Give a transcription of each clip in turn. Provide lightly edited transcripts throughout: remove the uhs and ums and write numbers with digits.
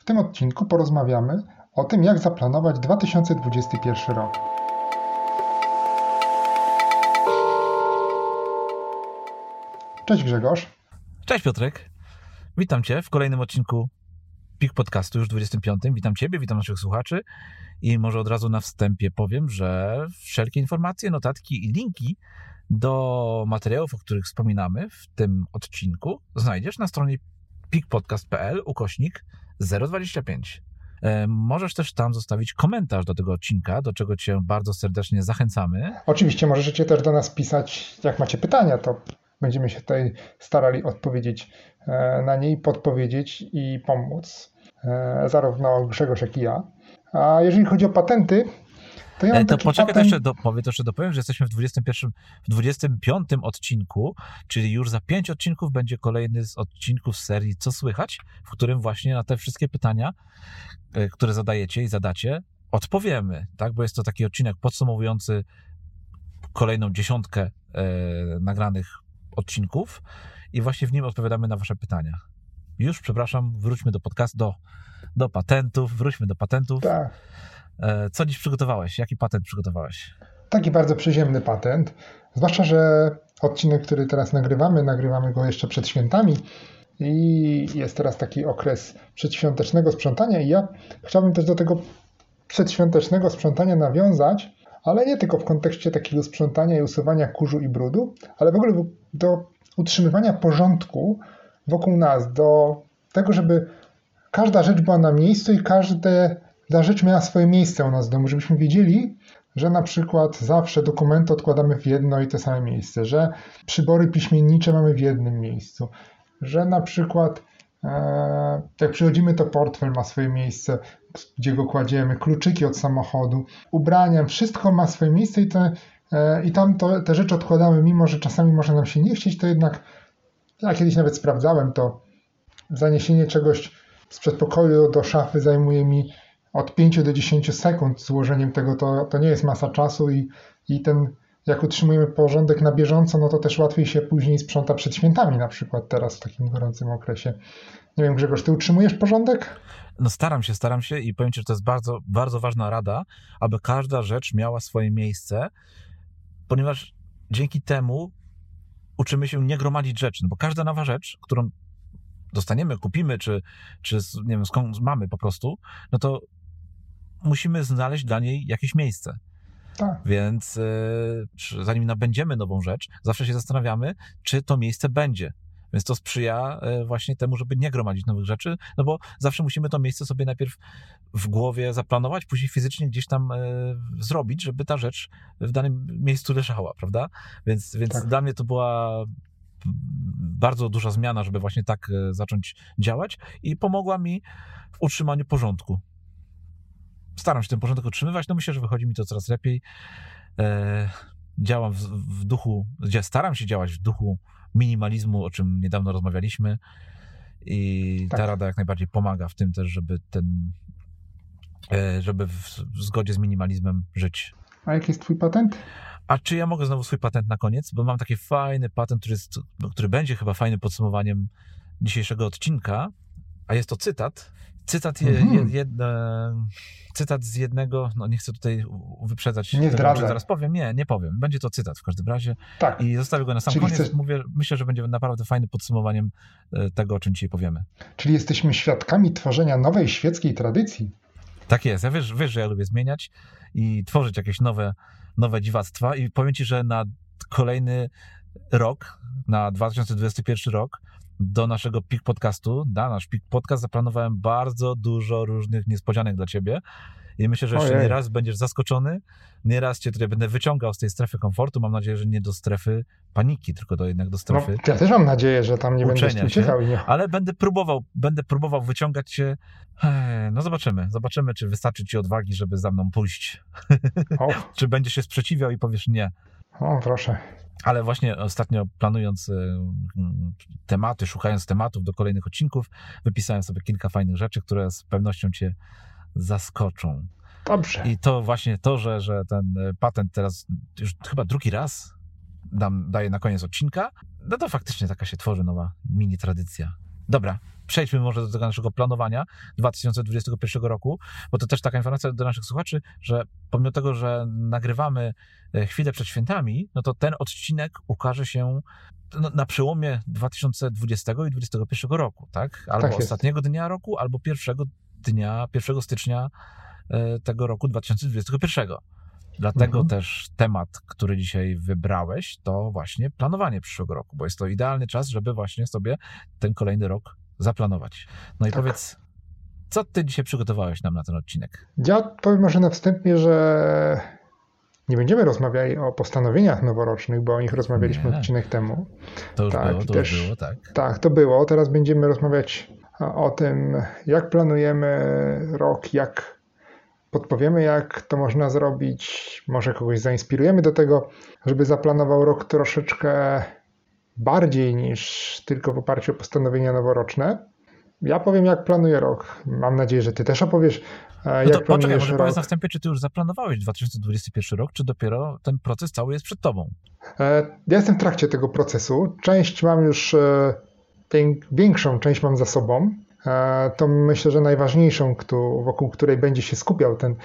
tym odcinku porozmawiamy o tym, jak zaplanować 2021 rok. Cześć Grzegorz. Cześć Piotrek. Witam Cię w kolejnym odcinku PIK Podcastu, już 25. Witam Ciebie, witam naszych słuchaczy i może od razu na wstępie powiem, że wszelkie informacje, notatki i linki do materiałów, o których wspominamy w tym odcinku, znajdziesz na stronie pikpodcast.pl/025. Możesz też tam zostawić komentarz do tego odcinka, do czego Cię bardzo serdecznie zachęcamy. Oczywiście możecie też do nas pisać, jak macie pytania, to będziemy się tutaj starali odpowiedzieć na nie, podpowiedzieć i pomóc. Zarówno Grzegorz, jak i ja. A jeżeli chodzi o patenty, to ja mam taki poczekaj, patent... to jeszcze dopowiem, że jesteśmy w 25 odcinku, czyli już za 5 odcinków będzie kolejny z odcinków z serii Co słychać, w którym właśnie na te wszystkie pytania, które zadajecie i zadacie, odpowiemy, tak? Bo jest to taki odcinek podsumowujący kolejną 10 nagranych odcinków i właśnie w nim odpowiadamy na wasze pytania. Już, przepraszam, wróćmy do podcastu, do patentów, wróćmy do patentów. Tak. Co dziś przygotowałeś? Jaki patent przygotowałeś? Taki bardzo przyziemny patent, zwłaszcza, że odcinek, który teraz nagrywamy go jeszcze przed świętami i jest teraz taki okres przedświątecznego sprzątania i ja chciałbym też do tego przedświątecznego sprzątania nawiązać, ale nie tylko w kontekście takiego sprzątania i usuwania kurzu i brudu, ale w ogóle do utrzymywania porządku wokół nas, do tego, żeby każda rzecz była na miejscu i każda rzecz miała swoje miejsce u nas w domu, żebyśmy wiedzieli, że na przykład zawsze dokumenty odkładamy w jedno i to same miejsce, że przybory piśmiennicze mamy w jednym miejscu, że na przykład jak przychodzimy, to portfel ma swoje miejsce, gdzie go kładziemy, kluczyki od samochodu, ubrania, wszystko ma swoje miejsce i tam te rzeczy odkładamy, mimo że czasami może nam się nie chcieć, to jednak ja kiedyś nawet sprawdzałem to, zaniesienie czegoś z przedpokoju do szafy zajmuje mi od 5 do 10 sekund złożeniem tego, to nie jest masa czasu i jak utrzymujemy porządek na bieżąco, no to też łatwiej się później sprząta przed świętami, na przykład teraz w takim gorącym okresie. Nie wiem, Grzegorz, ty utrzymujesz porządek? No staram się i powiem Ci, że to jest bardzo, bardzo ważna rada, aby każda rzecz miała swoje miejsce, ponieważ dzięki temu uczymy się nie gromadzić rzeczy, no bo każda nowa rzecz, którą dostaniemy, kupimy, czy nie wiem, skąd mamy po prostu, no to musimy znaleźć dla niej jakieś miejsce. Tak. Więc zanim nabędziemy nową rzecz, zawsze się zastanawiamy, czy to miejsce będzie. Więc to sprzyja właśnie temu, żeby nie gromadzić nowych rzeczy, no bo zawsze musimy to miejsce sobie najpierw w głowie zaplanować, później fizycznie gdzieś tam zrobić, żeby ta rzecz w danym miejscu leżała, prawda? Więc Tak. dla mnie to była bardzo duża zmiana, żeby właśnie tak zacząć działać i pomogła mi w utrzymaniu porządku. Staram się ten porządek utrzymywać, no myślę, że wychodzi mi to coraz lepiej. Działam w duchu, staram się działać w duchu minimalizmu, o czym niedawno rozmawialiśmy i ta rada jak najbardziej pomaga w tym też, żeby w zgodzie z minimalizmem żyć. A jaki jest twój patent? A czy ja mogę znowu swój patent na koniec? Bo mam taki fajny patent, który będzie chyba fajnym podsumowaniem dzisiejszego odcinka, a jest to cytat. Cytat z jednego, no nie chcę tutaj wyprzedzać. Nie zdradzaj. Zaraz powiem. Nie powiem. Będzie to cytat w każdym razie. Tak. I zostawię go na sam koniec. Myślę, że będzie naprawdę fajnym podsumowaniem tego, o czym dzisiaj powiemy. Czyli jesteśmy świadkami tworzenia nowej świeckiej tradycji. Tak jest. Ja wiesz, że ja lubię zmieniać i tworzyć jakieś nowe dziwactwa i powiem Ci, że na kolejny rok, na 2021 rok, do naszego PIK Podcastu, na nasz PIK Podcast zaplanowałem bardzo dużo różnych niespodzianek dla Ciebie i myślę, że jeszcze nie raz będziesz zaskoczony, nie raz Cię tutaj będę wyciągał z tej strefy komfortu, mam nadzieję, że nie do strefy paniki, tylko jednak do strefy ja też mam nadzieję, że tam nie będziesz uciekał. Ale będę próbował wyciągać Cię, no zobaczymy, czy wystarczy Ci odwagi, żeby za mną pójść, czy będziesz się sprzeciwiał i powiesz nie. O, proszę. Ale właśnie ostatnio planując tematy, szukając tematów do kolejnych odcinków, wypisałem sobie kilka fajnych rzeczy, które z pewnością Cię zaskoczą. Dobrze. I to właśnie to, że ten patent teraz już chyba drugi raz daję na koniec odcinka, no to faktycznie taka się tworzy nowa mini tradycja. Dobra, przejdźmy może do tego naszego planowania 2021 roku, bo to też taka informacja do naszych słuchaczy, że pomimo tego, że nagrywamy chwilę przed świętami, no to ten odcinek ukaże się na przełomie 2020 i 2021 roku, tak? Albo Tak jest. ostatniego dnia roku, albo 1 stycznia tego roku 2021. Dlatego też temat, który dzisiaj wybrałeś, to właśnie planowanie przyszłego roku, bo jest to idealny czas, żeby właśnie sobie ten kolejny rok zaplanować. No i powiedz, co ty dzisiaj przygotowałeś nam na ten odcinek? Ja powiem może na wstępie, że nie będziemy rozmawiali o postanowieniach noworocznych, bo o nich rozmawialiśmy odcinek temu. To już było, tak. Tak, to było. Teraz będziemy rozmawiać o tym, jak planujemy rok, jak podpowiemy, jak to można zrobić. Może kogoś zainspirujemy do tego, żeby zaplanował rok troszeczkę bardziej niż tylko w oparciu o postanowienia noworoczne. Ja powiem, jak planuję rok. Mam nadzieję, że ty też opowiesz, jak to poczekaj, może rok. powiedz na wstępie, czy ty już zaplanowałeś 2021 rok, czy dopiero ten proces cały jest przed tobą? Ja jestem w trakcie tego procesu. Część mam już, większą część mam za sobą. To myślę, że najważniejszą, wokół której będzie się skupiał ten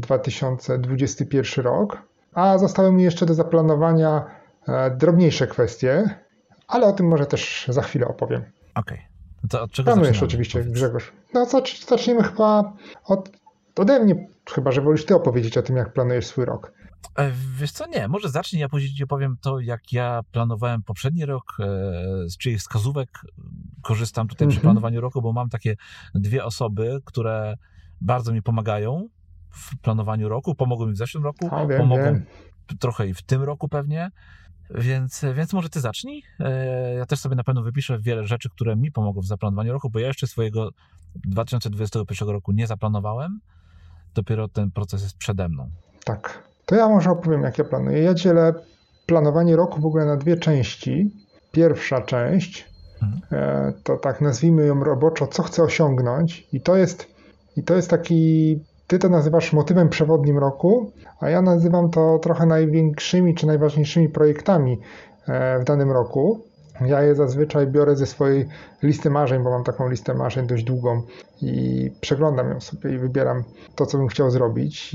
2021 rok. A zostały mi jeszcze do zaplanowania drobniejsze kwestie, ale o tym może też za chwilę opowiem. Okej. No to od czego planujesz oczywiście, powiedz? Grzegorz? No zaczniemy chyba ode mnie, chyba że wolisz ty opowiedzieć o tym, jak planujesz swój rok. Wiesz co, nie, może zacznij, ja później ci opowiem to, jak ja planowałem poprzedni rok, z czyich wskazówek korzystam tutaj przy planowaniu roku, bo mam takie dwie osoby, które bardzo mi pomagają w planowaniu roku, pomogły mi w zeszłym roku, pomogą trochę i w tym roku pewnie, więc może ty zacznij. Ja też sobie na pewno wypiszę wiele rzeczy, które mi pomogą w zaplanowaniu roku, bo ja jeszcze swojego 2021 roku nie zaplanowałem, dopiero ten proces jest przede mną. Tak. To ja może opowiem, jak ja planuję. Ja dzielę planowanie roku w ogóle na dwie części. Pierwsza część, to tak nazwijmy ją roboczo, co chcę osiągnąć. I to jest taki, ty to nazywasz motywem przewodnim roku, a ja nazywam to trochę największymi czy najważniejszymi projektami w danym roku. Ja je zazwyczaj biorę ze swojej listy marzeń, bo mam taką listę marzeń dość długą i przeglądam ją sobie i wybieram to, co bym chciał zrobić.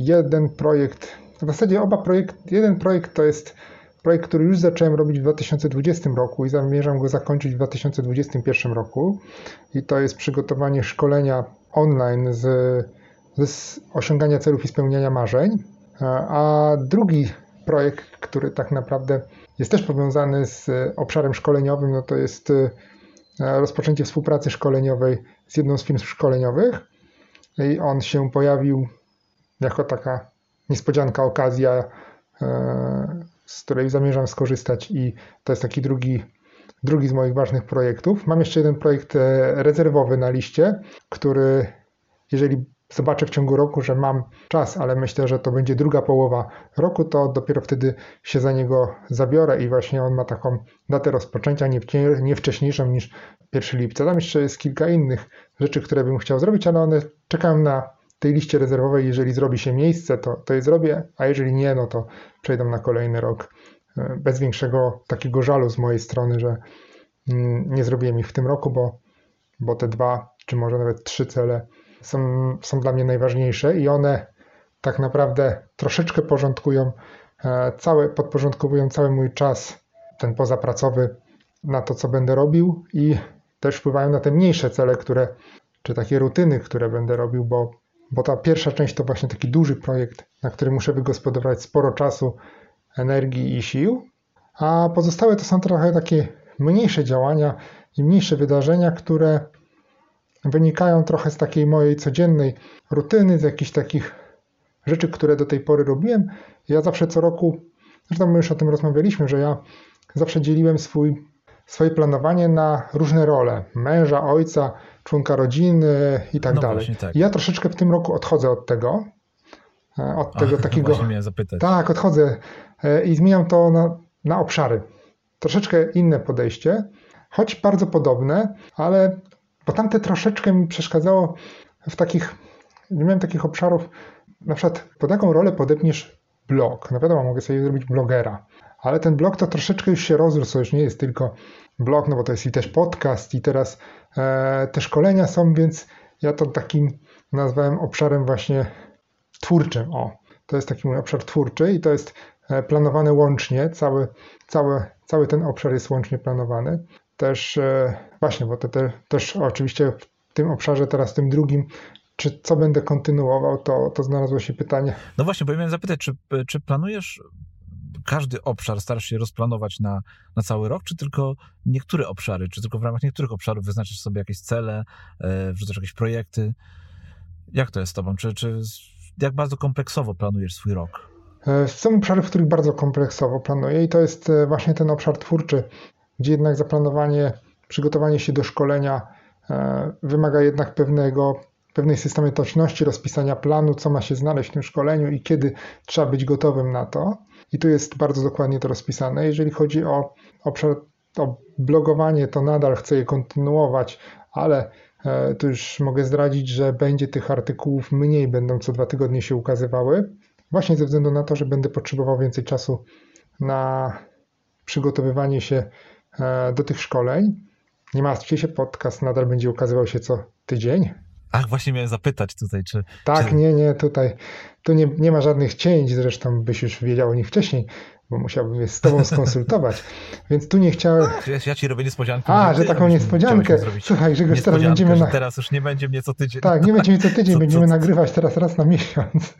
W zasadzie jeden projekt to jest projekt, który już zacząłem robić w 2020 roku i zamierzam go zakończyć w 2021 roku. I to jest przygotowanie szkolenia online z osiągania celów i spełniania marzeń. A drugi projekt, który tak naprawdę jest też powiązany z obszarem szkoleniowym, no to jest rozpoczęcie współpracy szkoleniowej z jedną z firm szkoleniowych. I on się pojawił jako taka niespodzianka, okazja, z której zamierzam skorzystać i to jest taki drugi z moich ważnych projektów. Mam jeszcze jeden projekt rezerwowy na liście, który jeżeli zobaczę w ciągu roku, że mam czas, ale myślę, że to będzie druga połowa roku, to dopiero wtedy się za niego zabiorę i właśnie on ma taką datę rozpoczęcia nie wcześniejszą niż 1 lipca. Tam jeszcze jest kilka innych rzeczy, które bym chciał zrobić, ale one czekają na tej liście rezerwowej. Jeżeli zrobi się miejsce, to je zrobię, a jeżeli nie, no to przejdą na kolejny rok bez większego takiego żalu z mojej strony, że nie zrobiłem ich w tym roku, bo te 2 czy może nawet 3 cele są dla mnie najważniejsze i one tak naprawdę troszeczkę podporządkowują cały mój czas, ten pozapracowy, na to, co będę robił i też wpływają na te mniejsze cele, czy takie rutyny, które będę robił, bo ta pierwsza część to właśnie taki duży projekt, na który muszę wygospodarować sporo czasu, energii i sił, a pozostałe to są trochę takie mniejsze działania i mniejsze wydarzenia, które wynikają trochę z takiej mojej codziennej rutyny, z jakichś takich rzeczy, które do tej pory robiłem. Ja zawsze co roku, zresztą my już o tym rozmawialiśmy, że ja zawsze dzieliłem swoje planowanie na różne role. Męża, ojca, członka rodziny i tak dalej. Tak. I ja troszeczkę w tym roku odchodzę od tego. Takiego. Właśnie miałem zapytać. Tak, odchodzę i zmieniam to na obszary. Troszeczkę inne podejście, choć bardzo podobne, ale bo tamte troszeczkę mi przeszkadzało nie miałem takich obszarów, na przykład pod jaką rolę podepniesz blog. No wiadomo, mogę sobie zrobić blogera, ale ten blog to troszeczkę już się rozrósł, to już nie jest tylko blog, no bo to jest i też podcast i teraz te szkolenia są, więc ja to takim nazwałem obszarem właśnie twórczym. To jest taki mój obszar twórczy i to jest planowane łącznie, cały ten obszar jest łącznie planowany. Też właśnie, bo to też oczywiście w tym obszarze teraz, tym drugim, co będę kontynuował, to znalazło się pytanie. No właśnie, bo ja miałem zapytać, czy planujesz każdy obszar, starasz się rozplanować na cały rok, czy tylko niektóre obszary, czy tylko w ramach niektórych obszarów wyznaczasz sobie jakieś cele, wrzucasz jakieś projekty? Jak to jest z tobą? Czy jak bardzo kompleksowo planujesz swój rok? Są obszary, w których bardzo kompleksowo planuję i to jest właśnie ten obszar twórczy, gdzie jednak zaplanowanie, przygotowanie się do szkolenia wymaga jednak pewnej systematyczności, rozpisania planu, co ma się znaleźć w tym szkoleniu i kiedy trzeba być gotowym na to. I tu jest bardzo dokładnie to rozpisane. Jeżeli chodzi o obszar, o blogowanie, to nadal chcę je kontynuować, ale tu już mogę zdradzić, że będzie tych artykułów mniej, będą co 2 tygodnie się ukazywały. Właśnie ze względu na to, że będę potrzebował więcej czasu na przygotowywanie się do tych szkoleń. Nie martwcie się, podcast nadal będzie ukazywał się co tydzień. Ach, właśnie miałem zapytać tutaj, czy... Tak, nie, tu nie ma żadnych cięć, zresztą byś już wiedział o nich wcześniej, bo musiałbym je z tobą skonsultować, więc tu nie chciałem... Ja ci robię niespodziankę. Że taką niespodziankę. Słuchaj, Grzegorz, teraz będziemy... Teraz już nie będzie mnie co tydzień. Tak, nie będzie mnie co tydzień, będziemy nagrywać teraz raz na miesiąc.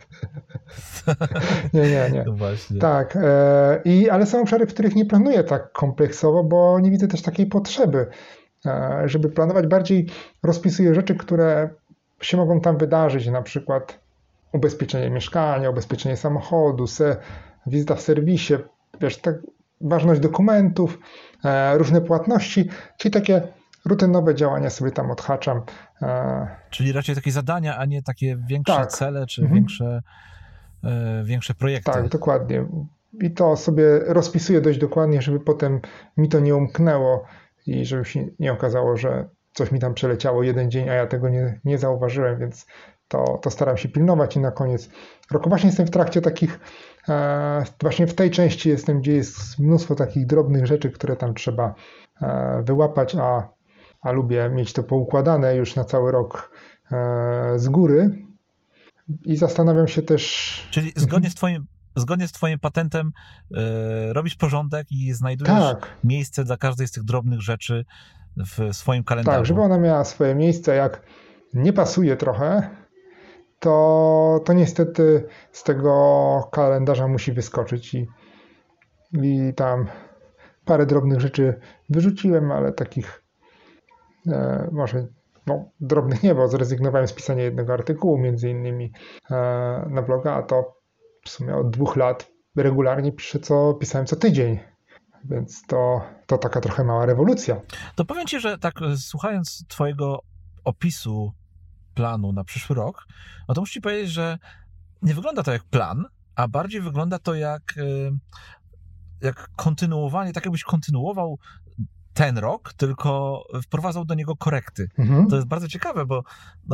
Nie. No właśnie. Tak, ale są obszary, w których nie planuję tak kompleksowo, bo nie widzę też takiej potrzeby, żeby planować. Bardziej rozpisuję rzeczy, które się mogą tam wydarzyć, na przykład ubezpieczenie mieszkania, ubezpieczenie samochodu, wizyta w serwisie, ważność dokumentów, różne płatności, czyli takie rutynowe działania sobie tam odhaczam. Czyli raczej takie zadania, a nie takie większe cele, czy większe projekty. Tak, dokładnie. I to sobie rozpisuję dość dokładnie, żeby potem mi to nie umknęło i żeby się nie okazało, że coś mi tam przeleciało jeden dzień, a ja tego nie zauważyłem, więc to staram się pilnować i na koniec roku właśnie jestem w trakcie takich, właśnie w tej części jestem, gdzie jest mnóstwo takich drobnych rzeczy, które tam trzeba wyłapać, a lubię mieć to poukładane już na cały rok z góry i zastanawiam się też... Czyli zgodnie z twoim patentem robisz porządek i znajdujesz miejsce dla każdej z tych drobnych rzeczy w swoim kalendarzu. Tak, żeby ona miała swoje miejsce. Jak nie pasuje trochę, to niestety z tego kalendarza musi wyskoczyć i tam parę drobnych rzeczy wyrzuciłem, ale takich może drobnych nie, bo zrezygnowałem z pisania jednego artykułu między innymi na bloga, a to w sumie od 2 lat regularnie piszę, pisałem co tydzień. Więc to taka trochę mała rewolucja. To powiem ci, że tak słuchając twojego opisu planu na przyszły rok, no to muszę ci powiedzieć, że nie wygląda to jak plan, a bardziej wygląda to jak kontynuowanie, tak jakbyś kontynuował ten rok, tylko wprowadzał do niego korekty. Mhm. To jest bardzo ciekawe, bo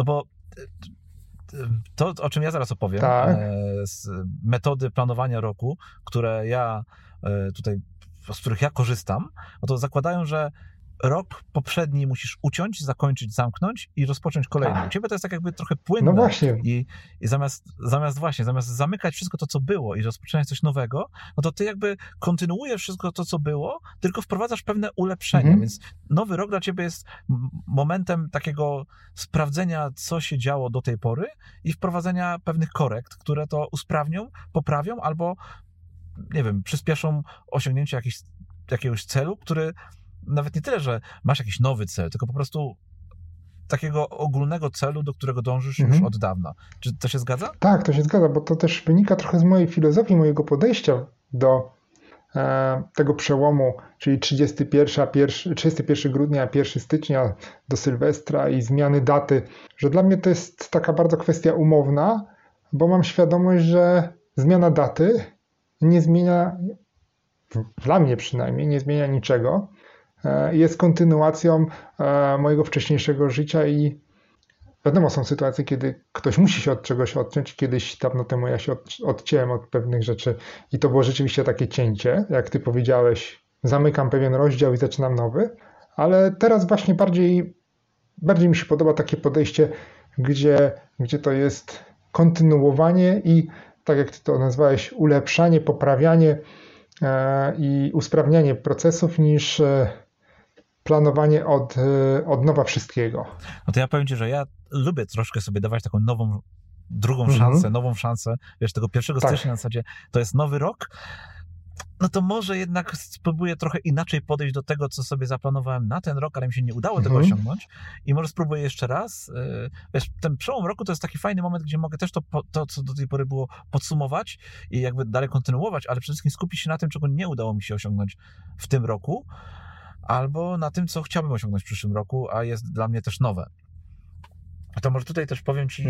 to, o czym ja zaraz opowiem, z metody planowania roku, które ja tutaj, z których ja korzystam, no to zakładają, że rok poprzedni musisz uciąć, zakończyć, zamknąć i rozpocząć kolejny. U ciebie to jest tak jakby trochę płynne. No właśnie. I zamiast zamykać wszystko to, co było i rozpoczynać coś nowego, no to ty jakby kontynuujesz wszystko to, co było, tylko wprowadzasz pewne ulepszenia. Więc nowy rok dla ciebie jest momentem takiego sprawdzenia, co się działo do tej pory i wprowadzenia pewnych korekt, które to usprawnią, poprawią albo, nie wiem, przyspieszą osiągnięcie jakiegoś celu, który nawet nie tyle, że masz jakiś nowy cel, tylko po prostu takiego ogólnego celu, do którego dążysz już od dawna. Czy to się zgadza? Tak, to się zgadza, bo to też wynika trochę z mojej filozofii, mojego podejścia do tego przełomu, czyli 31 grudnia, 1 stycznia do Sylwestra i zmiany daty, że dla mnie to jest taka bardzo kwestia umowna, bo mam świadomość, że zmiana daty nie zmienia, dla mnie przynajmniej, nie zmienia niczego. Jest kontynuacją mojego wcześniejszego życia i Wiadomo, są sytuacje, kiedy ktoś musi się od czegoś odciąć. Kiedyś dawno temu ja się odcięłem od pewnych rzeczy i to było rzeczywiście takie cięcie. Jak ty powiedziałeś, zamykam pewien rozdział i zaczynam nowy, ale teraz właśnie bardziej mi się podoba takie podejście, gdzie to jest kontynuowanie i tak jak ty to nazwałeś, ulepszanie, poprawianie i usprawnianie procesów niż planowanie od nowa wszystkiego. No to ja powiem ci, że ja lubię troszkę sobie dawać taką drugą szansę, wiesz, tego 1 stycznia na zasadzie to jest nowy rok, no to może jednak spróbuję trochę inaczej podejść do tego, co sobie zaplanowałem na ten rok, ale mi się nie udało tego osiągnąć i może spróbuję jeszcze raz. Wiesz, ten przełom roku to jest taki fajny moment, gdzie mogę też to, co do tej pory było, podsumować i jakby dalej kontynuować, ale przede wszystkim skupić się na tym, czego nie udało mi się osiągnąć w tym roku, albo na tym, co chciałbym osiągnąć w przyszłym roku, a jest dla mnie też nowe. To może tutaj też powiem ci,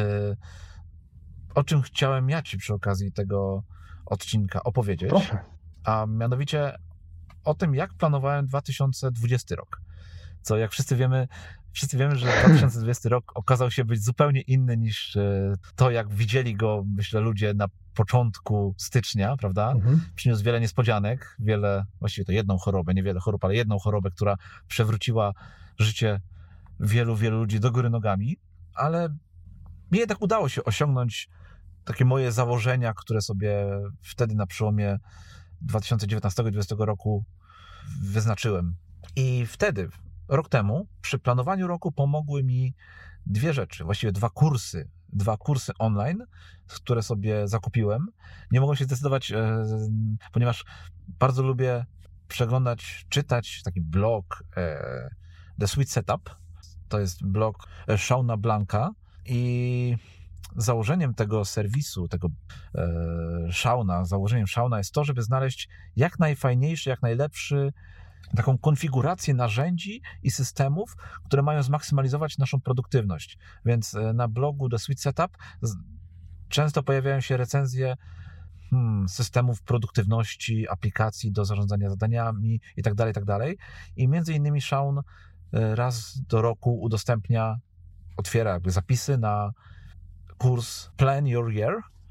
o czym chciałem ja ci przy okazji tego odcinka opowiedzieć. Proszę. A mianowicie o tym, jak planowałem 2020 rok. Co jak wszyscy wiemy, że 2020 rok okazał się być zupełnie inny niż to, jak widzieli go, myślę, ludzie na początku stycznia, prawda? Przyniósł wiele niespodzianek, właściwie to jedną chorobę, nie wiele chorób, ale jedną chorobę, która przewróciła życie wielu ludzi do góry nogami, ale mi jednak udało się osiągnąć takie moje założenia, które sobie wtedy na przełomie 2019 i 2020 roku wyznaczyłem. I wtedy, rok temu, przy planowaniu roku pomogły mi dwie rzeczy, właściwie dwa kursy online, które sobie zakupiłem. Nie mogłem się zdecydować, ponieważ bardzo lubię czytać taki blog The Sweet Setup. To jest blog Shauna Blanka i założeniem tego serwisu, założeniem Shauna jest to, żeby znaleźć jak najfajniejszy, jak najlepszy taką konfigurację narzędzi i systemów, które mają zmaksymalizować naszą produktywność. Więc na blogu The Sweet Setup często pojawiają się recenzje systemów produktywności, aplikacji do zarządzania zadaniami itd. I między innymi Shaun raz do roku otwiera jakby zapisy na kurs Plan Your Year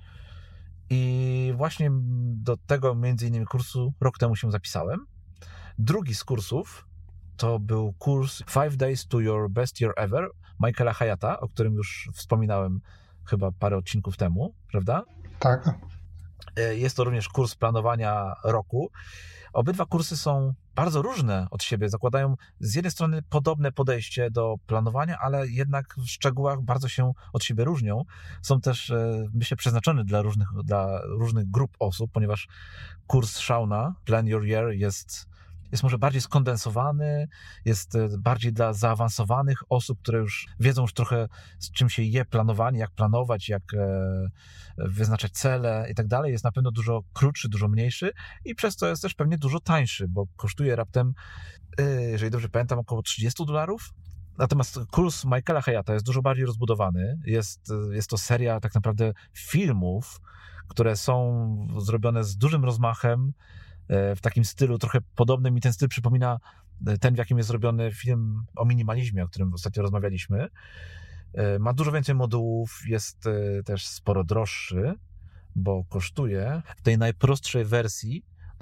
i właśnie do tego między innymi kursu rok temu się zapisałem. Drugi z kursów to był kurs 5 Days to Your Best Year Ever Michaela Hyata, o którym już wspominałem chyba parę odcinków temu, prawda? Tak. Jest to również kurs planowania roku. Obydwa kursy są bardzo różne od siebie, zakładają z jednej strony podobne podejście do planowania, ale jednak w szczegółach bardzo się od siebie różnią. Są też, myślę, przeznaczone dla różnych grup osób, ponieważ kurs Shauna, Plan Your Year, jest może bardziej skondensowany, jest bardziej dla zaawansowanych osób, które już wiedzą trochę, z czym się je planowanie, jak planować, jak wyznaczać cele i tak dalej. Jest na pewno dużo krótszy, dużo mniejszy i przez to jest też pewnie dużo tańszy, bo kosztuje raptem, jeżeli dobrze pamiętam, około $30. Natomiast kurs Michaela Hyata jest dużo bardziej rozbudowany. Jest to seria tak naprawdę filmów, które są zrobione z dużym rozmachem, w takim stylu trochę podobnym i ten styl przypomina ten, w jakim jest zrobiony film o minimalizmie, o którym ostatnio rozmawialiśmy. Ma dużo więcej modułów, jest też sporo droższy, bo kosztuje w tej najprostszej wersji,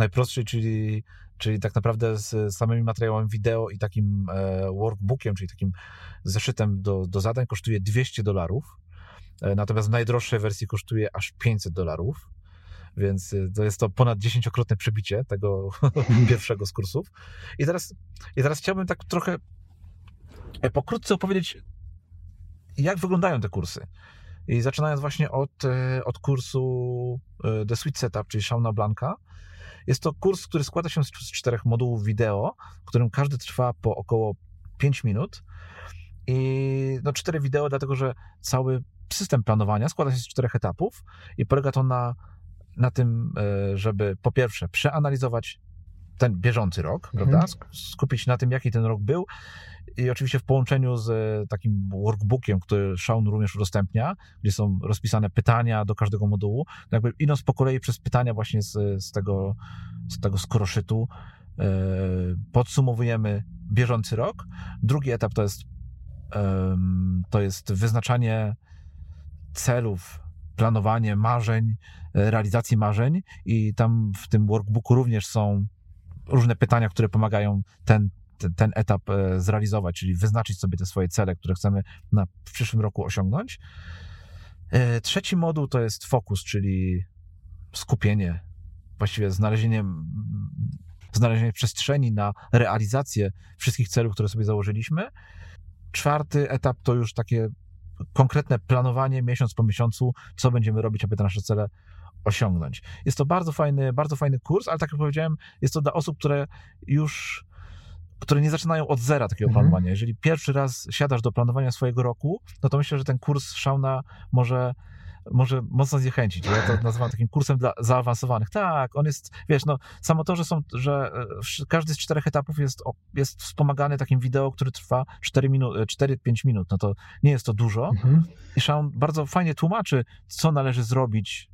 czyli tak naprawdę z samymi materiałami wideo i takim workbookiem, czyli takim zeszytem do zadań, kosztuje $200, natomiast w najdroższej wersji kosztuje aż $500. Więc to jest to ponad 10-krotne przebicie tego pierwszego z kursów. I teraz chciałbym tak trochę pokrótce opowiedzieć, jak wyglądają te kursy. I zaczynając właśnie od kursu The Sweet Setup, czyli Shauna Blanka. Jest to kurs, który składa się z 4 modułów wideo, w którym każdy trwa po około 5 minut. I 4 wideo, dlatego że cały system planowania składa się z 4 etapów i polega to na tym, żeby po pierwsze przeanalizować ten bieżący rok, prawda? Skupić się na tym, jaki ten rok był i oczywiście w połączeniu z takim workbookiem, który Shaun również udostępnia, gdzie są rozpisane pytania do każdego modułu, jakby idąc po kolei przez pytania właśnie z tego skoroszytu, podsumowujemy bieżący rok. Drugi etap to jest to jest wyznaczanie celów, planowanie marzeń, realizacji marzeń i tam w tym workbooku również są różne pytania, które pomagają ten etap zrealizować, czyli wyznaczyć sobie te swoje cele, które chcemy w przyszłym roku osiągnąć. Trzeci moduł to jest fokus, czyli skupienie, właściwie znalezienie przestrzeni na realizację wszystkich celów, które sobie założyliśmy. Czwarty etap to już takie konkretne planowanie miesiąc po miesiącu, co będziemy robić, aby te nasze cele osiągnąć. Jest to bardzo fajny kurs, ale tak jak powiedziałem, jest to dla osób, które nie zaczynają od zera takiego planowania. Jeżeli pierwszy raz siadasz do planowania swojego roku, no to myślę, że ten kurs Shauna może mocno zniechęcić. Ja to nazywam takim kursem dla zaawansowanych. Tak, on jest, samo to, że każdy z 4 etapów jest wspomagany takim wideo, który trwa 4-5 minut. No to nie jest to dużo. I Shaun bardzo fajnie tłumaczy, co należy zrobić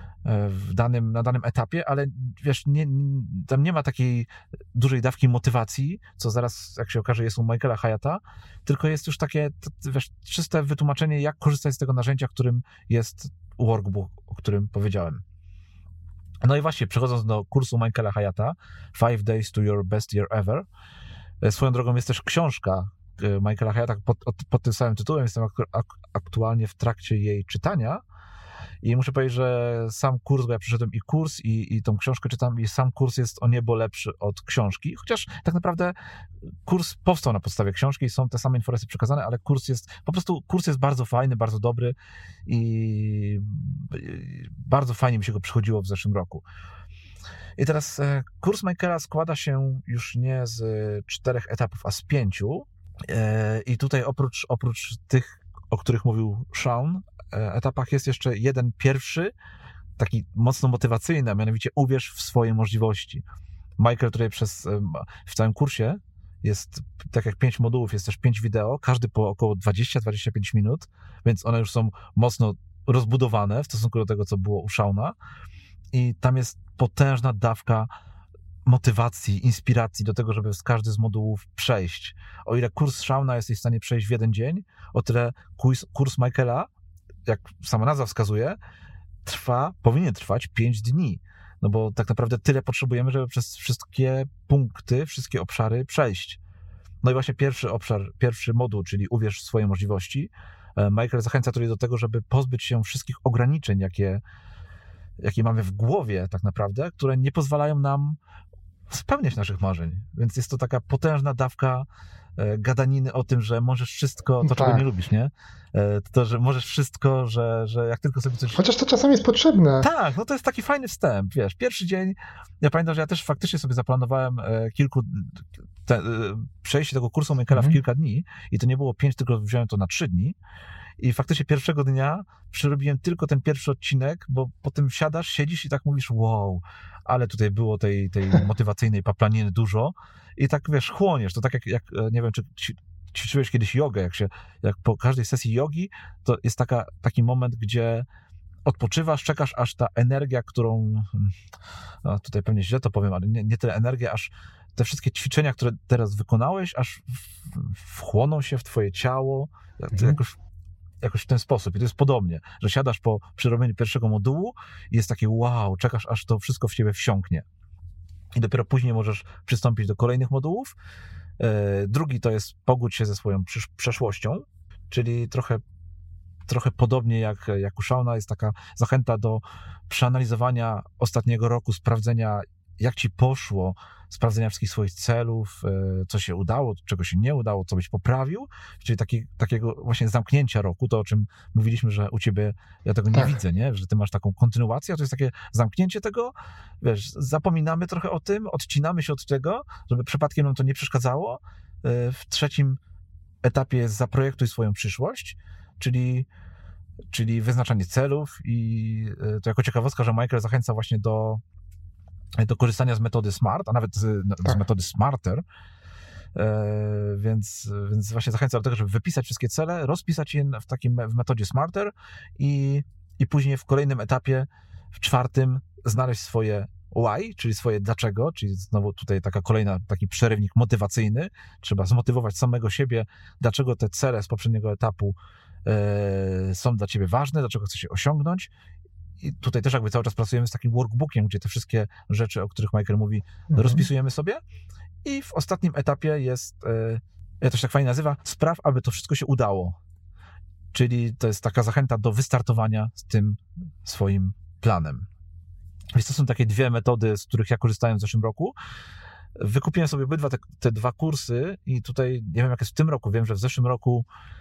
na danym etapie, ale tam nie ma takiej dużej dawki motywacji, co zaraz, jak się okaże, jest u Michaela Hyatta, tylko jest już takie czyste wytłumaczenie, jak korzystać z tego narzędzia, którym jest workbook, o którym powiedziałem. No i właśnie, przechodząc do kursu Michaela Hyatta, 5 Days to Your Best Year Ever, swoją drogą jest też książka Michaela Hyatta pod tym samym tytułem, jestem aktualnie w trakcie jej czytania. I muszę powiedzieć, że sam kurs, bo ja przeszedłem i kurs, i tą książkę czytam, i sam kurs jest o niebo lepszy od książki, chociaż tak naprawdę kurs powstał na podstawie książki i są te same informacje przekazane, ale kurs jest bardzo fajny, bardzo dobry i bardzo fajnie mi się go przychodziło w zeszłym roku. I teraz kurs Michaela składa się już nie z 4 etapów, a z 5. I tutaj oprócz tych, o których mówił Shaun, etapach jest jeszcze jeden pierwszy, taki mocno motywacyjny, a mianowicie uwierz w swoje możliwości. Michael tutaj w całym kursie jest, tak jak 5 modułów, jest też 5 wideo, każdy po około 20-25 minut, więc one już są mocno rozbudowane w stosunku do tego, co było u Shauna i tam jest potężna dawka motywacji, inspiracji do tego, żeby z każdy z modułów przejść. O ile kurs Shauna jesteś w stanie przejść w jeden dzień, o tyle kurs Michaela, jak sama nazwa wskazuje, powinien trwać 5 dni. No bo tak naprawdę tyle potrzebujemy, żeby przez wszystkie punkty, wszystkie obszary przejść. No i właśnie pierwszy moduł, czyli uwierz w swoje możliwości. Michael zachęca tutaj do tego, żeby pozbyć się wszystkich ograniczeń, jakie mamy w głowie tak naprawdę, które nie pozwalają nam spełniać naszych marzeń. Więc jest to taka potężna dawka gadaniny o tym, że możesz wszystko, to czego nie lubisz, nie? To, że możesz wszystko, że jak tylko sobie coś... Chociaż to czasami jest potrzebne. Tak, no to jest taki fajny wstęp, pierwszy dzień, ja pamiętam, że ja też faktycznie sobie zaplanowałem przejście tego kursu Michaela w kilka dni i to nie było 5, tylko wziąłem to na 3 dni i faktycznie pierwszego dnia przerobiłem tylko ten pierwszy odcinek, bo potem siedzisz i tak mówisz, wow, ale tutaj było tej motywacyjnej paplaniny dużo i tak, chłoniesz, to tak jak nie wiem, czy ćwiczyłeś kiedyś jogę, jak po każdej sesji jogi, to jest taki moment, gdzie odpoczywasz, czekasz, aż ta energia, którą, no tutaj pewnie źle to powiem, ale nie tyle energia, aż te wszystkie ćwiczenia, które teraz wykonałeś, aż wchłoną się w twoje ciało, jakoś w ten sposób. I to jest podobnie, że siadasz po przerobieniu pierwszego modułu i jest takie wow, czekasz, aż to wszystko w ciebie wsiąknie. I dopiero później możesz przystąpić do kolejnych modułów. Drugi to jest pogódź się ze swoją przeszłością, czyli trochę podobnie jak u Shauna jest taka zachęta do przeanalizowania ostatniego roku, sprawdzenia, jak ci poszło, sprawdzenia wszystkich swoich celów, co się udało, czego się nie udało, co byś poprawił, czyli takiego właśnie zamknięcia roku, to o czym mówiliśmy, że u ciebie ja tego nie widzę, nie? Że ty masz taką kontynuację, a to jest takie zamknięcie tego, zapominamy trochę o tym, odcinamy się od tego, żeby przypadkiem nam to nie przeszkadzało. W trzecim etapie jest zaprojektuj swoją przyszłość, czyli wyznaczanie celów i to jako ciekawostka, że Michael zachęca właśnie do korzystania z metody SMART, a nawet z metody SMARTER, więc właśnie zachęcam do tego, żeby wypisać wszystkie cele, rozpisać je w metodzie SMARTER i później w kolejnym etapie, w 4, znaleźć swoje why, czyli swoje dlaczego, czyli znowu tutaj taki przerywnik motywacyjny. Trzeba zmotywować samego siebie, dlaczego te cele z poprzedniego etapu są dla ciebie ważne, dlaczego chcesz się osiągnąć. I tutaj też jakby cały czas pracujemy z takim workbookiem, gdzie te wszystkie rzeczy, o których Michael mówi, rozpisujemy sobie. I w ostatnim etapie jest, ja to się tak fajnie nazywa, spraw, aby to wszystko się udało. Czyli to jest taka zachęta do wystartowania z tym swoim planem. Więc to są takie dwie metody, z których ja korzystałem w zeszłym roku. Wykupiłem sobie obydwa te dwa kursy i tutaj, nie wiem jak jest w tym roku, wiem, że w zeszłym roku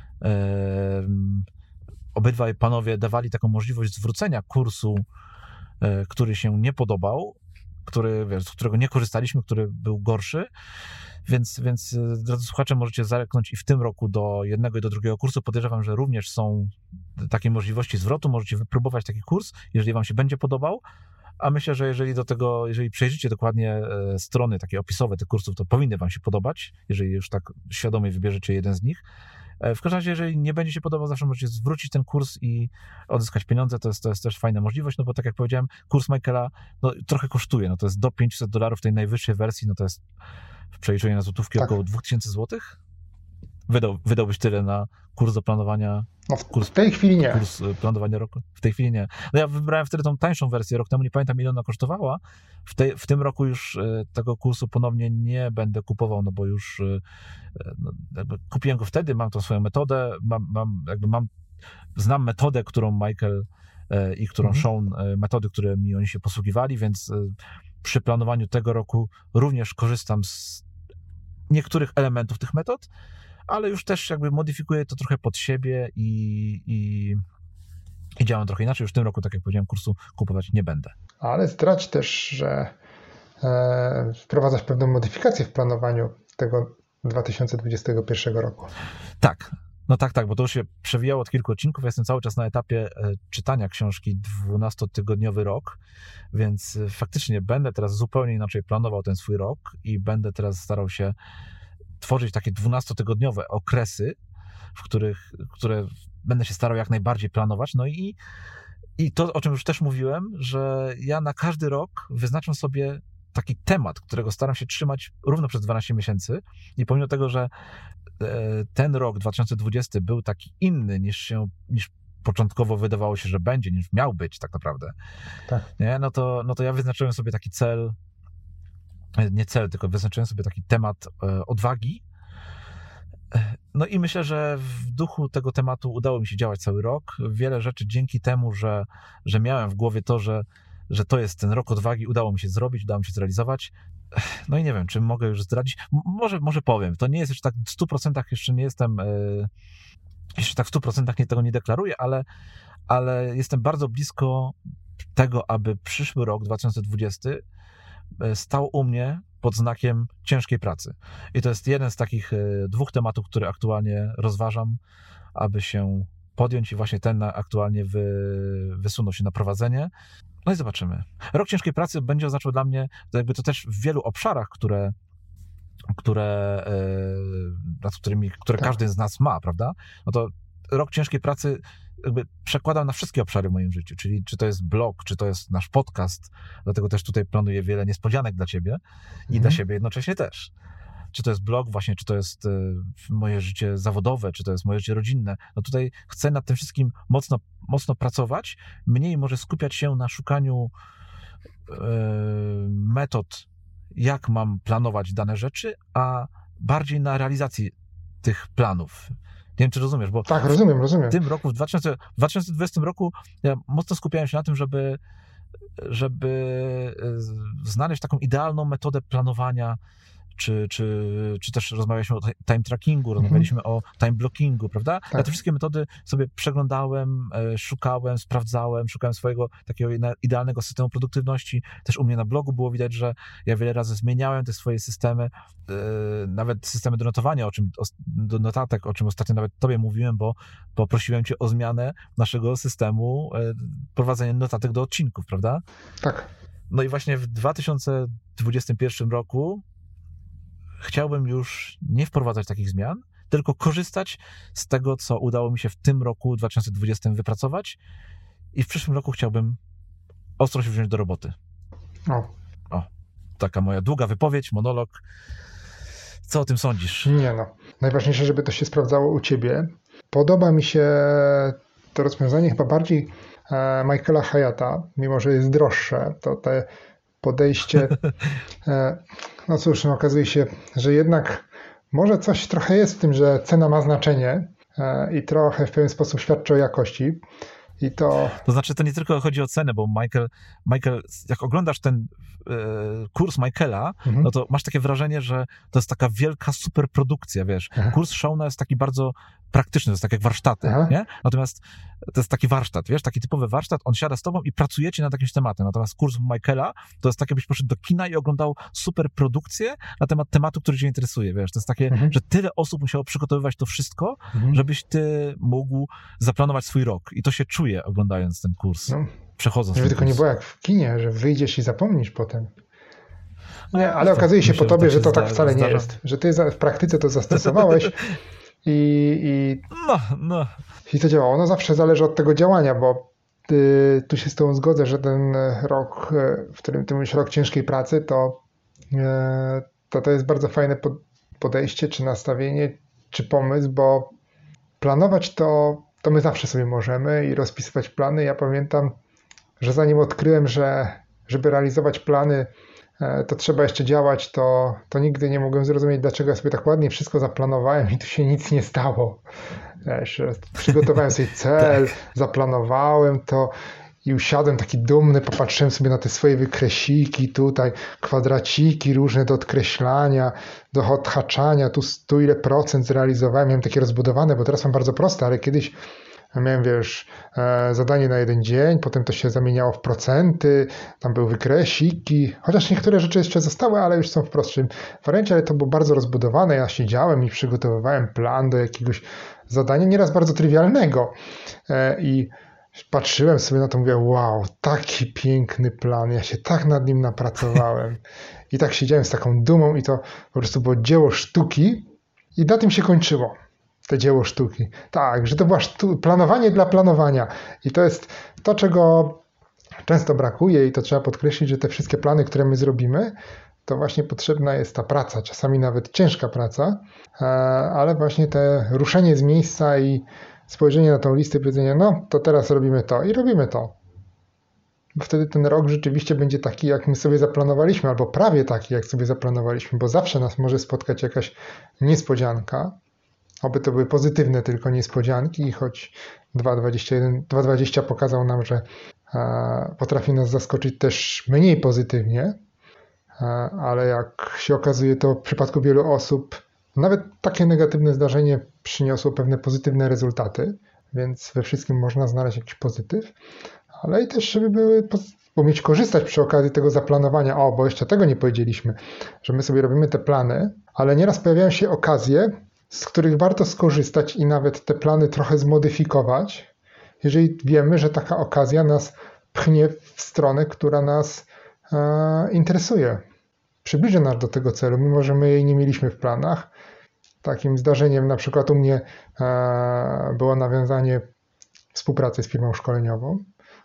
obydwaj panowie dawali taką możliwość zwrócenia kursu, który się nie podobał, z którego nie korzystaliśmy, który był gorszy. Więc drodzy słuchacze, możecie zareknąć i w tym roku do jednego i do drugiego kursu. Podejrzewam, że również są takie możliwości zwrotu. Możecie wypróbować taki kurs, jeżeli wam się będzie podobał. A myślę, że jeżeli przejrzycie dokładnie strony takie opisowe tych kursów, to powinny wam się podobać, jeżeli już tak świadomie wybierzecie jeden z nich. W każdym razie, jeżeli nie będzie się podobał, zawsze możecie zwrócić ten kurs i odzyskać pieniądze. To jest też fajna możliwość, no bo tak jak powiedziałem, kurs Michaela trochę kosztuje. No to jest do $500 w tej najwyższej wersji, no to jest w przeliczeniu na złotówki około 2000 zł. Wydałbyś tyle na kurs do planowania? No w tej chwili nie. Kurs planowania roku? W tej chwili nie. No ja wybrałem wtedy tą tańszą wersję, rok temu nie pamiętam ile ona kosztowała. W tym roku już tego kursu ponownie nie będę kupował, no bo już kupiłem go wtedy, mam tą swoją metodę, znam metodę, którą Michael i którą Sean, metody, którymi oni się posługiwali, więc przy planowaniu tego roku również korzystam z niektórych elementów tych metod, ale już też jakby modyfikuję to trochę pod siebie i działam trochę inaczej. Już w tym roku, tak jak powiedziałem, kursu kupować nie będę. Ale zdradź też, że wprowadzasz pewną modyfikację w planowaniu tego 2021 roku. Tak. No tak, bo to już się przewijało od kilku odcinków. Ja jestem cały czas na etapie czytania książki 12-tygodniowy rok, więc faktycznie będę teraz zupełnie inaczej planował ten swój rok i będę teraz starał się tworzyć takie 12-tygodniowe okresy, które będę się starał jak najbardziej planować. No i to, o czym już też mówiłem, że ja na każdy rok wyznaczam sobie taki temat, którego staram się trzymać równo przez 12 miesięcy i pomimo tego, że ten rok 2020 był taki inny niż początkowo wydawało się, że będzie, niż miał być tak naprawdę. Tak. Nie? No to ja wyznaczyłem sobie taki tylko wyznaczyłem sobie taki temat odwagi. No i myślę, że w duchu tego tematu udało mi się działać cały rok. Wiele rzeczy dzięki temu, że miałem w głowie to, że to jest ten rok odwagi, udało mi się zrobić, udało mi się zrealizować. No i nie wiem, czy mogę już zdradzić. Może powiem. To nie jest jeszcze tak w 100%, jeszcze nie jestem, jeszcze tak w 100% tego nie deklaruję, ale jestem bardzo blisko tego, aby przyszły rok 2020 stał u mnie pod znakiem ciężkiej pracy. I to jest jeden z takich dwóch tematów, które aktualnie rozważam, aby się podjąć i właśnie ten aktualnie wysunął się na prowadzenie. No i zobaczymy. Rok ciężkiej pracy będzie oznaczał dla mnie jakby to też w wielu obszarach, które każdy z nas ma, prawda? No to rok ciężkiej pracy jakby przekładam na wszystkie obszary w moim życiu, czyli czy to jest blog, czy to jest nasz podcast, dlatego też tutaj planuję wiele niespodzianek dla ciebie i dla siebie jednocześnie też. Czy to jest blog właśnie, czy to jest moje życie zawodowe, czy to jest moje życie rodzinne. No tutaj chcę nad tym wszystkim mocno pracować, mniej może skupiać się na szukaniu metod, jak mam planować dane rzeczy, a bardziej na realizacji tych planów. Nie wiem, czy rozumiesz, bo tak, rozumiem. W tym roku, w 2020 roku ja mocno skupiałem się na tym, żeby znaleźć taką idealną metodę planowania, czy też rozmawialiśmy o time trackingu, rozmawialiśmy o time blockingu, prawda? Tak. Ja te wszystkie metody sobie przeglądałem, szukałem, sprawdzałem, szukałem swojego takiego idealnego systemu produktywności. Też u mnie na blogu było widać, że ja wiele razy zmieniałem te swoje systemy, nawet systemy do notowania, do notatek, o czym ostatnio nawet tobie mówiłem, bo poprosiłem cię o zmianę naszego systemu prowadzenia notatek do odcinków, prawda? Tak. No i właśnie w 2021 roku chciałbym już nie wprowadzać takich zmian, tylko korzystać z tego, co udało mi się w tym roku 2020 wypracować i w przyszłym roku chciałbym ostro się wziąć do roboty. O, taka moja długa wypowiedź, monolog. Co o tym sądzisz? Nie no. Najważniejsze, żeby to się sprawdzało u ciebie. Podoba mi się to rozwiązanie chyba bardziej Michaela Hyatta, mimo że jest droższe, to te podejście, no cóż, no okazuje się, że jednak może coś trochę jest w tym, że cena ma znaczenie i trochę w pewien sposób świadczy o jakości. I to znaczy, to nie tylko chodzi o cenę, bo Michael, jak oglądasz ten kurs Michaela, no to masz takie wrażenie, że to jest taka wielka superprodukcja, wiesz. Kurs Shona jest taki bardzo praktyczny, to jest tak jak warsztaty, nie? Natomiast to jest taki warsztat, wiesz, taki typowy warsztat, on siada z tobą i pracujecie nad jakimś tematem. Natomiast kurs Michaela to jest tak, jakbyś poszedł do kina i oglądał superprodukcję na temat tematu, który cię interesuje, wiesz. To jest takie, że tyle osób musiało przygotowywać to wszystko, żebyś ty mógł zaplanować swój rok. I to się czuje, oglądając ten kurs. No. Przechodząc. Żeby tylko nie było jak w kinie, że wyjdziesz i zapomnisz potem. Nie, ale okazuje się po tobie, że to tak wcale nie jest. Że ty w praktyce to zastosowałeś i to działało. No zawsze zależy od tego działania, bo tu się z tobą zgodzę, że ten rok, w którym ty mówisz rok ciężkiej pracy, to jest bardzo fajne podejście, czy nastawienie, czy pomysł, bo planować to my zawsze sobie możemy i rozpisywać plany. Ja pamiętam, że zanim odkryłem, że żeby realizować plany, to trzeba jeszcze działać, to nigdy nie mogłem zrozumieć, dlaczego ja sobie tak ładnie wszystko zaplanowałem i tu się nic nie stało. Wiesz, przygotowałem sobie cel, zaplanowałem to i usiadłem taki dumny, popatrzyłem sobie na te swoje wykresiki, tutaj kwadraciki różne do odkreślania, do odhaczania, tu ile procent zrealizowałem, miałem takie rozbudowane, bo teraz mam bardzo proste, ale kiedyś miałem, wiesz, zadanie na jeden dzień, potem to się zamieniało w procenty, tam były wykresiki, chociaż niektóre rzeczy jeszcze zostały, ale już są w prostszym wariancie, ale to było bardzo rozbudowane, ja siedziałem i przygotowywałem plan do jakiegoś zadania, nieraz bardzo trywialnego i patrzyłem sobie na to, mówię, wow, taki piękny plan, ja się tak nad nim napracowałem i tak siedziałem z taką dumą i to po prostu było dzieło sztuki i na tym się kończyło. To dzieło sztuki. Tak, że to było planowanie dla planowania. I to jest to, czego często brakuje i to trzeba podkreślić, że te wszystkie plany, które my zrobimy, to właśnie potrzebna jest ta praca, czasami nawet ciężka praca, ale właśnie te ruszenie z miejsca i spojrzenie na tą listę i powiedzenie, no to teraz robimy to i robimy to. Bo wtedy ten rok rzeczywiście będzie taki, jak my sobie zaplanowaliśmy, albo prawie taki, jak sobie zaplanowaliśmy, bo zawsze nas może spotkać jakaś niespodzianka. Oby to były pozytywne tylko niespodzianki, choć 2020 pokazał nam, że potrafi nas zaskoczyć też mniej pozytywnie, ale jak się okazuje, to w przypadku wielu osób nawet takie negatywne zdarzenie przyniosło pewne pozytywne rezultaty, więc we wszystkim można znaleźć jakiś pozytyw, ale i też, żeby umieć korzystać przy okazji tego zaplanowania. Bo jeszcze tego nie powiedzieliśmy, że my sobie robimy te plany, ale nieraz pojawiają się okazje, z których warto skorzystać i nawet te plany trochę zmodyfikować, jeżeli wiemy, że taka okazja nas pchnie w stronę, która nas interesuje. Przybliży nas do tego celu, mimo że my jej nie mieliśmy w planach. Takim zdarzeniem na przykład u mnie było nawiązanie współpracy z firmą szkoleniową,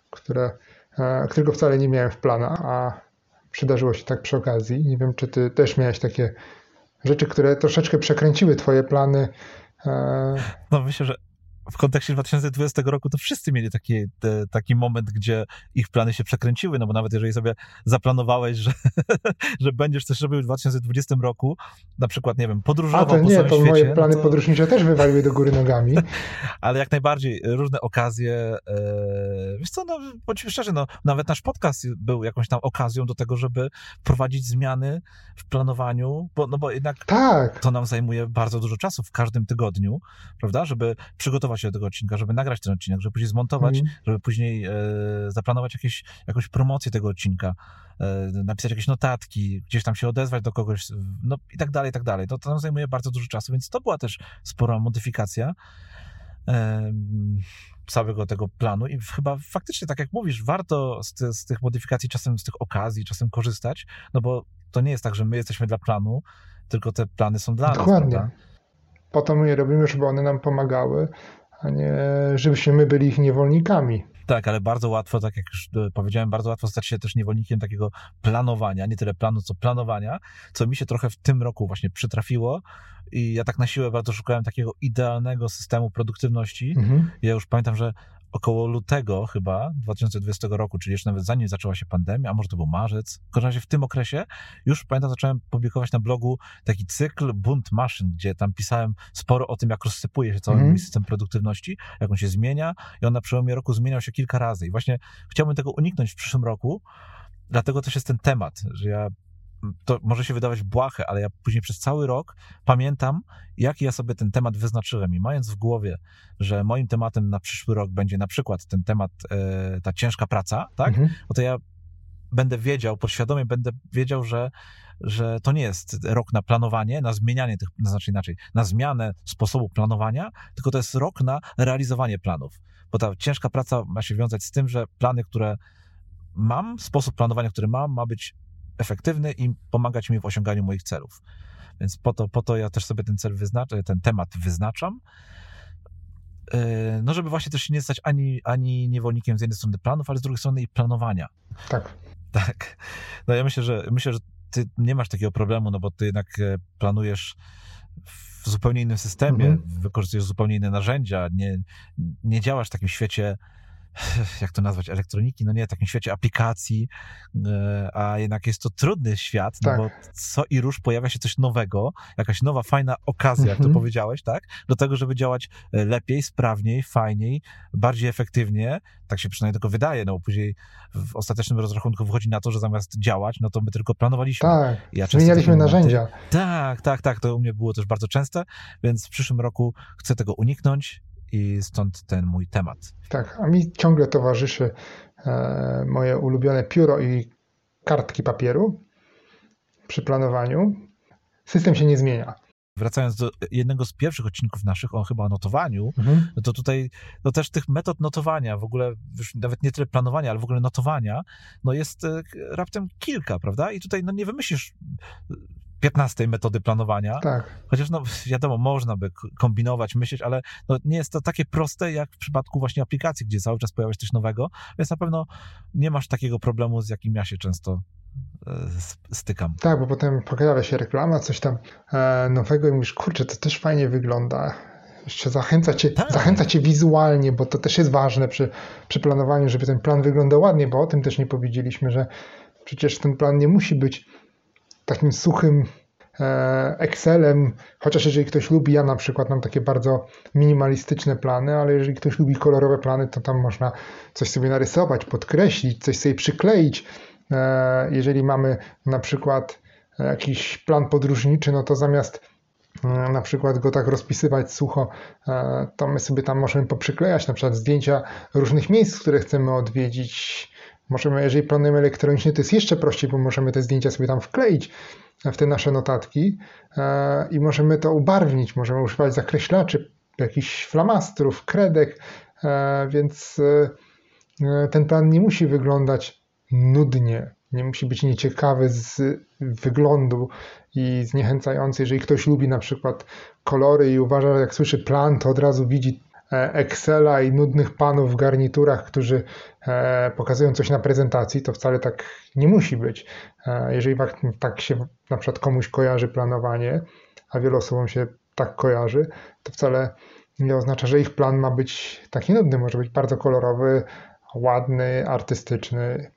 którego wcale nie miałem w planach, a przydarzyło się tak przy okazji. Nie wiem, czy ty też miałeś takie rzeczy, które troszeczkę przekręciły twoje plany. No myślę, że w kontekście 2020 roku to wszyscy mieli taki moment, gdzie ich plany się przekręciły, no bo nawet jeżeli sobie zaplanowałeś, że będziesz coś robił w 2020 roku, na przykład, nie wiem, podróżował po całym świecie. To moje plany podróżnicze też wywaliły do góry nogami. Ale jak najbardziej różne okazje, wiesz co, no bądźmy szczerzy, no nawet nasz podcast był jakąś tam okazją do tego, żeby wprowadzić zmiany w planowaniu, bo jednak to nam zajmuje bardzo dużo czasu w każdym tygodniu, prawda, żeby przygotować się do tego odcinka, żeby nagrać ten odcinek, żeby później zmontować, żeby później zaplanować jakąś promocję tego odcinka, napisać jakieś notatki, gdzieś tam się odezwać do kogoś, no i tak dalej, i tak dalej. To nam zajmuje bardzo dużo czasu, więc to była też spora modyfikacja całego tego planu i chyba faktycznie, tak jak mówisz, warto z tych modyfikacji, czasem z tych okazji, czasem korzystać, no bo to nie jest tak, że my jesteśmy dla planu, tylko te plany są dla nas. Dokładnie. Po to my je robimy, żeby one nam pomagały, a nie żebyśmy my byli ich niewolnikami. Tak, ale bardzo łatwo, tak jak już powiedziałem, bardzo łatwo stać się też niewolnikiem takiego planowania, nie tyle planu, co planowania, co mi się trochę w tym roku właśnie przytrafiło i ja tak na siłę bardzo szukałem takiego idealnego systemu produktywności. Ja już pamiętam, że około lutego chyba 2020 roku, czyli jeszcze nawet zanim zaczęła się pandemia, a może to był marzec, w każdym razie w tym okresie już pamiętam, zacząłem publikować na blogu taki cykl Bunt maszyn, gdzie tam pisałem sporo o tym, jak rozsypuje się cały mój system produktywności, jak on się zmienia i on na przełomie roku zmieniał się kilka razy i właśnie chciałbym tego uniknąć w przyszłym roku, dlatego też jest ten temat, że to może się wydawać błahe, ale ja później przez cały rok pamiętam, jaki ja sobie ten temat wyznaczyłem i mając w głowie, że moim tematem na przyszły rok będzie na przykład ten temat, ta ciężka praca, tak? No to ja będę wiedział, podświadomie będę wiedział, że to nie jest rok na planowanie, na zmienianie tych, znaczy inaczej, na zmianę sposobu planowania, tylko to jest rok na realizowanie planów. Bo ta ciężka praca ma się wiązać z tym, że plany, które mam, sposób planowania, który mam, ma być efektywny i pomagać mi w osiąganiu moich celów. Więc po to ja też sobie ten temat wyznaczam, no żeby właśnie też się nie stać ani niewolnikiem z jednej strony planów, ale z drugiej strony i planowania. Tak. No ja myślę, że ty nie masz takiego problemu, no bo ty jednak planujesz w zupełnie innym systemie, wykorzystujesz zupełnie inne narzędzia, nie działasz w takim świecie, jak to nazwać, elektroniki, no nie, w takim świecie aplikacji, a jednak jest to trudny świat, no bo co i róż pojawia się coś nowego, jakaś nowa, fajna okazja, jak to powiedziałeś, tak? Do tego, żeby działać lepiej, sprawniej, fajniej, bardziej efektywnie, tak się przynajmniej tylko wydaje, no bo później w ostatecznym rozrachunku wychodzi na to, że zamiast działać, no to my tylko planowaliśmy. Tak, zmienialiśmy narzędzia. Tak, to u mnie było też bardzo częste, więc w przyszłym roku chcę tego uniknąć, i stąd ten mój temat. Tak, a mi ciągle towarzyszy moje ulubione pióro i kartki papieru przy planowaniu. System się nie zmienia. Wracając do jednego z pierwszych odcinków naszych, chyba o notowaniu, no to tutaj no też tych metod notowania, w ogóle już nawet nie tyle planowania, ale w ogóle notowania, no jest raptem kilka, prawda? I tutaj no nie wymyślisz 15 metody planowania, chociaż no wiadomo, można by kombinować, myśleć, ale no nie jest to takie proste jak w przypadku właśnie aplikacji, gdzie cały czas pojawia się coś nowego, więc na pewno nie masz takiego problemu, z jakim ja się często stykam. Tak, bo potem pojawia się reklama, coś tam nowego i mówisz, kurczę, to też fajnie wygląda. Jeszcze zachęca cię wizualnie, bo to też jest ważne przy planowaniu, żeby ten plan wyglądał ładnie, bo o tym też nie powiedzieliśmy, że przecież ten plan nie musi być takim suchym Excelem, chociaż jeżeli ktoś lubi, ja na przykład mam takie bardzo minimalistyczne plany, ale jeżeli ktoś lubi kolorowe plany, to tam można coś sobie narysować, podkreślić, coś sobie przykleić. Jeżeli mamy na przykład jakiś plan podróżniczy, no to zamiast na przykład go tak rozpisywać sucho, to my sobie tam możemy poprzyklejać na przykład zdjęcia różnych miejsc, które chcemy odwiedzić. Możemy, jeżeli planujemy elektronicznie, to jest jeszcze prościej, bo możemy te zdjęcia sobie tam wkleić w te nasze notatki i możemy to ubarwnić, możemy używać zakreślaczy, jakichś flamastrów, kredek, więc ten plan nie musi wyglądać nudnie, nie musi być nieciekawy z wyglądu i zniechęcający. Jeżeli ktoś lubi na przykład kolory i uważa, że jak słyszy plan, to od razu widzi Excela i nudnych panów w garniturach, którzy pokazują coś na prezentacji, to wcale tak nie musi być. Jeżeli tak się na przykład komuś kojarzy planowanie, a wielu osobom się tak kojarzy, to wcale nie oznacza, że ich plan ma być taki nudny. Może być bardzo kolorowy, ładny, artystyczny,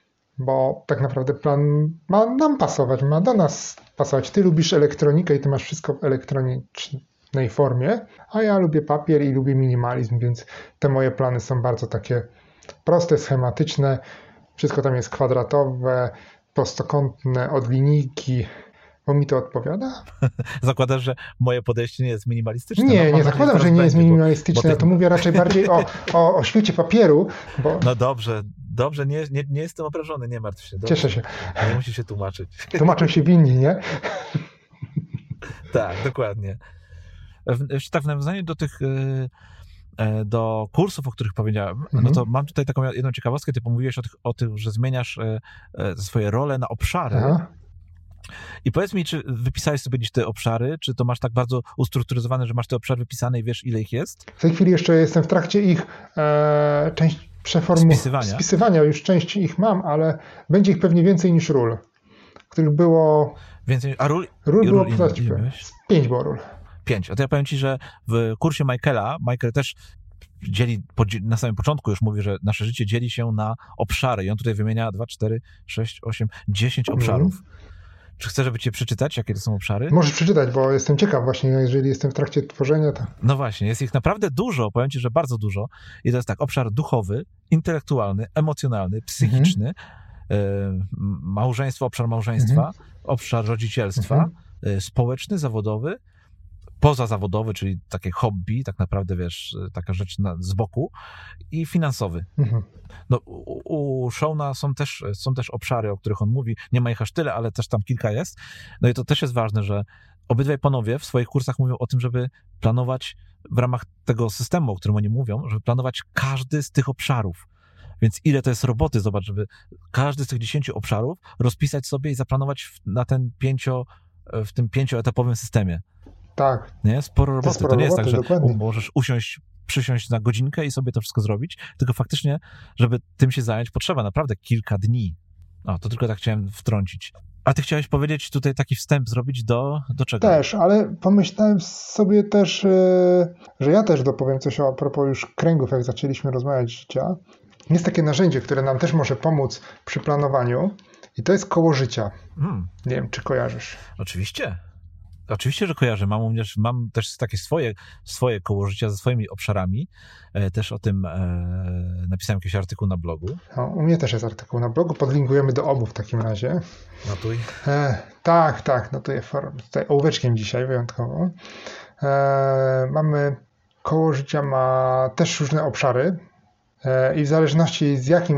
bo tak naprawdę plan ma nam pasować, ma do nas pasować. Ty lubisz elektronikę i ty masz wszystko w elektronicznej formie, a ja lubię papier i lubię minimalizm, więc te moje plany są bardzo takie proste, schematyczne. Wszystko tam jest kwadratowe, prostokątne, od linijki, bo mi to odpowiada. Zakładasz, że moje podejście nie jest minimalistyczne? Nie zakładam, że nie jest minimalistyczne. Ja to mówię raczej bardziej o świecie papieru. Bo... No dobrze, nie jestem obrażony, nie martw się. Dobrze. Cieszę się. Nie musisz się tłumaczyć. Tłumaczą się winni, nie? Tak, dokładnie. Jeszcze tak w nawiązaniu do kursów, o których powiedziałem, no to mam tutaj taką jedną ciekawostkę. Ty pomówiłeś o tym, że zmieniasz swoje role na obszary. Aha. I powiedz mi, czy wypisałeś sobie gdzieś te obszary, czy to masz tak bardzo ustrukturyzowane, że masz te obszary wypisane i wiesz, ile ich jest? W tej chwili jeszcze jestem w trakcie ich spisywania. Już część ich mam, ale będzie ich pewnie więcej niż ról, których było... Więcej, a ról było 5 było ról. 5. A to ja powiem ci, że w kursie Michael też na samym początku już mówi, że nasze życie dzieli się na obszary i on tutaj wymienia 2, 4, 6, 8, 10 obszarów. Czy chcesz, żeby cię przeczytać, jakie to są obszary? Możesz przeczytać, bo jestem ciekaw właśnie, jeżeli jestem w trakcie tworzenia. To... No właśnie, jest ich naprawdę dużo, powiem ci, że bardzo dużo. I to jest tak, obszar duchowy, intelektualny, emocjonalny, psychiczny, małżeństwo, obszar małżeństwa, obszar rodzicielstwa, społeczny, zawodowy, pozazawodowy, czyli takie hobby, tak naprawdę, wiesz, taka rzecz z boku, i finansowy. No, u Shona są też obszary, o których on mówi, nie ma ich aż tyle, ale też tam kilka jest. No i to też jest ważne, że obydwaj panowie w swoich kursach mówią o tym, żeby planować w ramach tego systemu, o którym oni mówią, żeby planować każdy z tych obszarów. Więc ile to jest roboty, zobacz, żeby każdy z tych 10 obszarów rozpisać sobie i zaplanować w tym 5-etapowym systemie. Tak. Nie? Sporo roboty. To nie jest tak, że dokładnie. możesz przysiąść na godzinkę i sobie to wszystko zrobić, tylko faktycznie, żeby tym się zająć, potrzeba naprawdę kilka dni. To tylko tak chciałem wtrącić. A ty chciałeś powiedzieć tutaj taki wstęp zrobić do czego? Też, ale pomyślałem sobie też, że ja też dopowiem coś a propos już kręgów, jak zaczęliśmy rozmawiać życia. Jest takie narzędzie, które nam też może pomóc przy planowaniu i to jest koło życia. Nie wiem, czy kojarzysz. Oczywiście, że kojarzę. Mam też takie swoje koło życia ze swoimi obszarami. Też o tym napisałem jakiś artykuł na blogu. U mnie też jest artykuł na blogu. Podlinkujemy do obu w takim razie. Notuj. Tak. Notuję tutaj ołóweczkiem dzisiaj wyjątkowo. Mamy koło życia, ma też różne obszary. I w zależności z jakim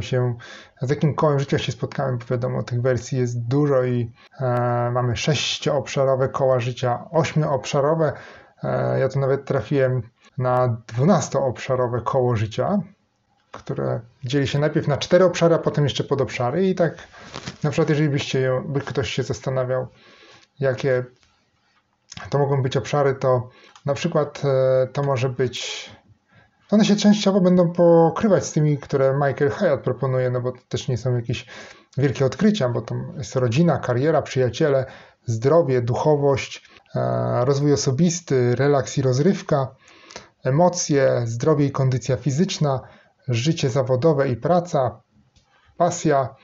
kołem życia się spotkamy, bo wiadomo, tych wersji jest dużo i mamy 6-obszarowe koła życia, 8-obszarowe. Ja to nawet trafiłem na 12-obszarowe koło życia, które dzieli się najpierw na 4 obszary, a potem jeszcze podobszary. I tak na przykład, jeżeli by ktoś się zastanawiał, jakie to mogą być obszary, to na przykład to może być... One się częściowo będą pokrywać z tymi, które Michael Hyatt proponuje, no bo to też nie są jakieś wielkie odkrycia, bo to jest rodzina, kariera, przyjaciele, zdrowie, duchowość, rozwój osobisty, relaks i rozrywka, emocje, zdrowie i kondycja fizyczna, życie zawodowe i praca, pasja,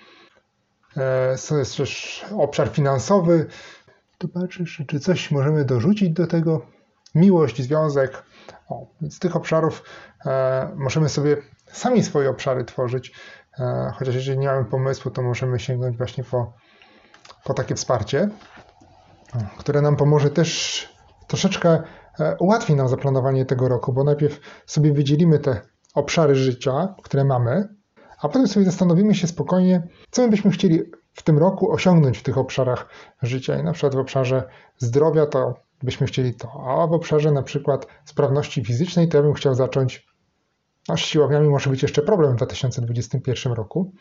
jest też obszar finansowy. Zobaczysz, czy coś możemy dorzucić do tego? Miłość, związek. Więc z tych obszarów możemy sobie sami swoje obszary tworzyć, chociaż jeżeli nie mamy pomysłu, to możemy sięgnąć właśnie po takie wsparcie, które nam pomoże też troszeczkę ułatwi nam zaplanowanie tego roku, bo najpierw sobie wydzielimy te obszary życia, które mamy, a potem sobie zastanowimy się spokojnie, co my byśmy chcieli w tym roku osiągnąć w tych obszarach życia. I na przykład w obszarze zdrowia to byśmy chcieli to, a w obszarze na przykład sprawności fizycznej to ja bym chciał zacząć, z siłowniami może być jeszcze problem w 2021 roku,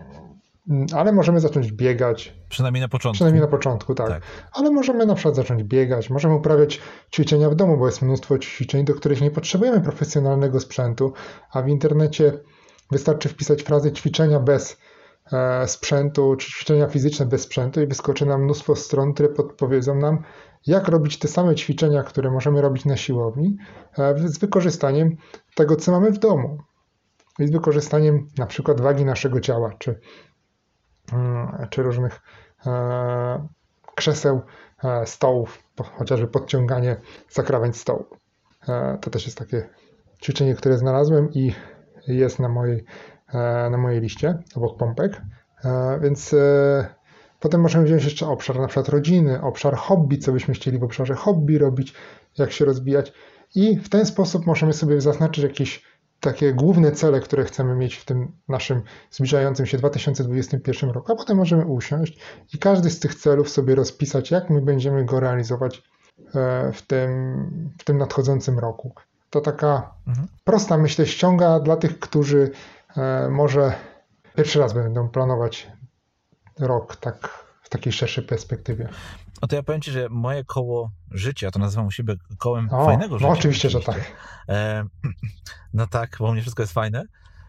ale możemy zacząć biegać. Przynajmniej na początku, tak. Ale możemy na przykład zacząć biegać, możemy uprawiać ćwiczenia w domu, bo jest mnóstwo ćwiczeń, do których nie potrzebujemy profesjonalnego sprzętu, a w internecie wystarczy wpisać frazę ćwiczenia bez sprzętu, czy ćwiczenia fizyczne bez sprzętu i wyskoczy nam mnóstwo stron, które podpowiedzą nam, jak robić te same ćwiczenia, które możemy robić na siłowni, z wykorzystaniem tego, co mamy w domu. I z wykorzystaniem na przykład wagi naszego ciała, czy różnych krzeseł, stołów, chociażby podciąganie za krawędź stołu. To też jest takie ćwiczenie, które znalazłem i jest na mojej liście, obok pompek. Więc potem możemy wziąć jeszcze obszar na przykład rodziny, obszar hobby, co byśmy chcieli w obszarze hobby robić, jak się rozwijać. I w ten sposób możemy sobie zaznaczyć jakieś takie główne cele, które chcemy mieć w tym naszym zbliżającym się 2021 roku, a potem możemy usiąść i każdy z tych celów sobie rozpisać, jak my będziemy go realizować w tym nadchodzącym roku. To taka prosta, myślę, ściąga dla tych, którzy może pierwszy raz będą planować rok tak w takiej szerszej perspektywie. No to ja powiem Ci, że moje koło życia, to nazywam u siebie kołem fajnego życia. No oczywiście, że tak. No tak, bo u mnie wszystko jest fajne.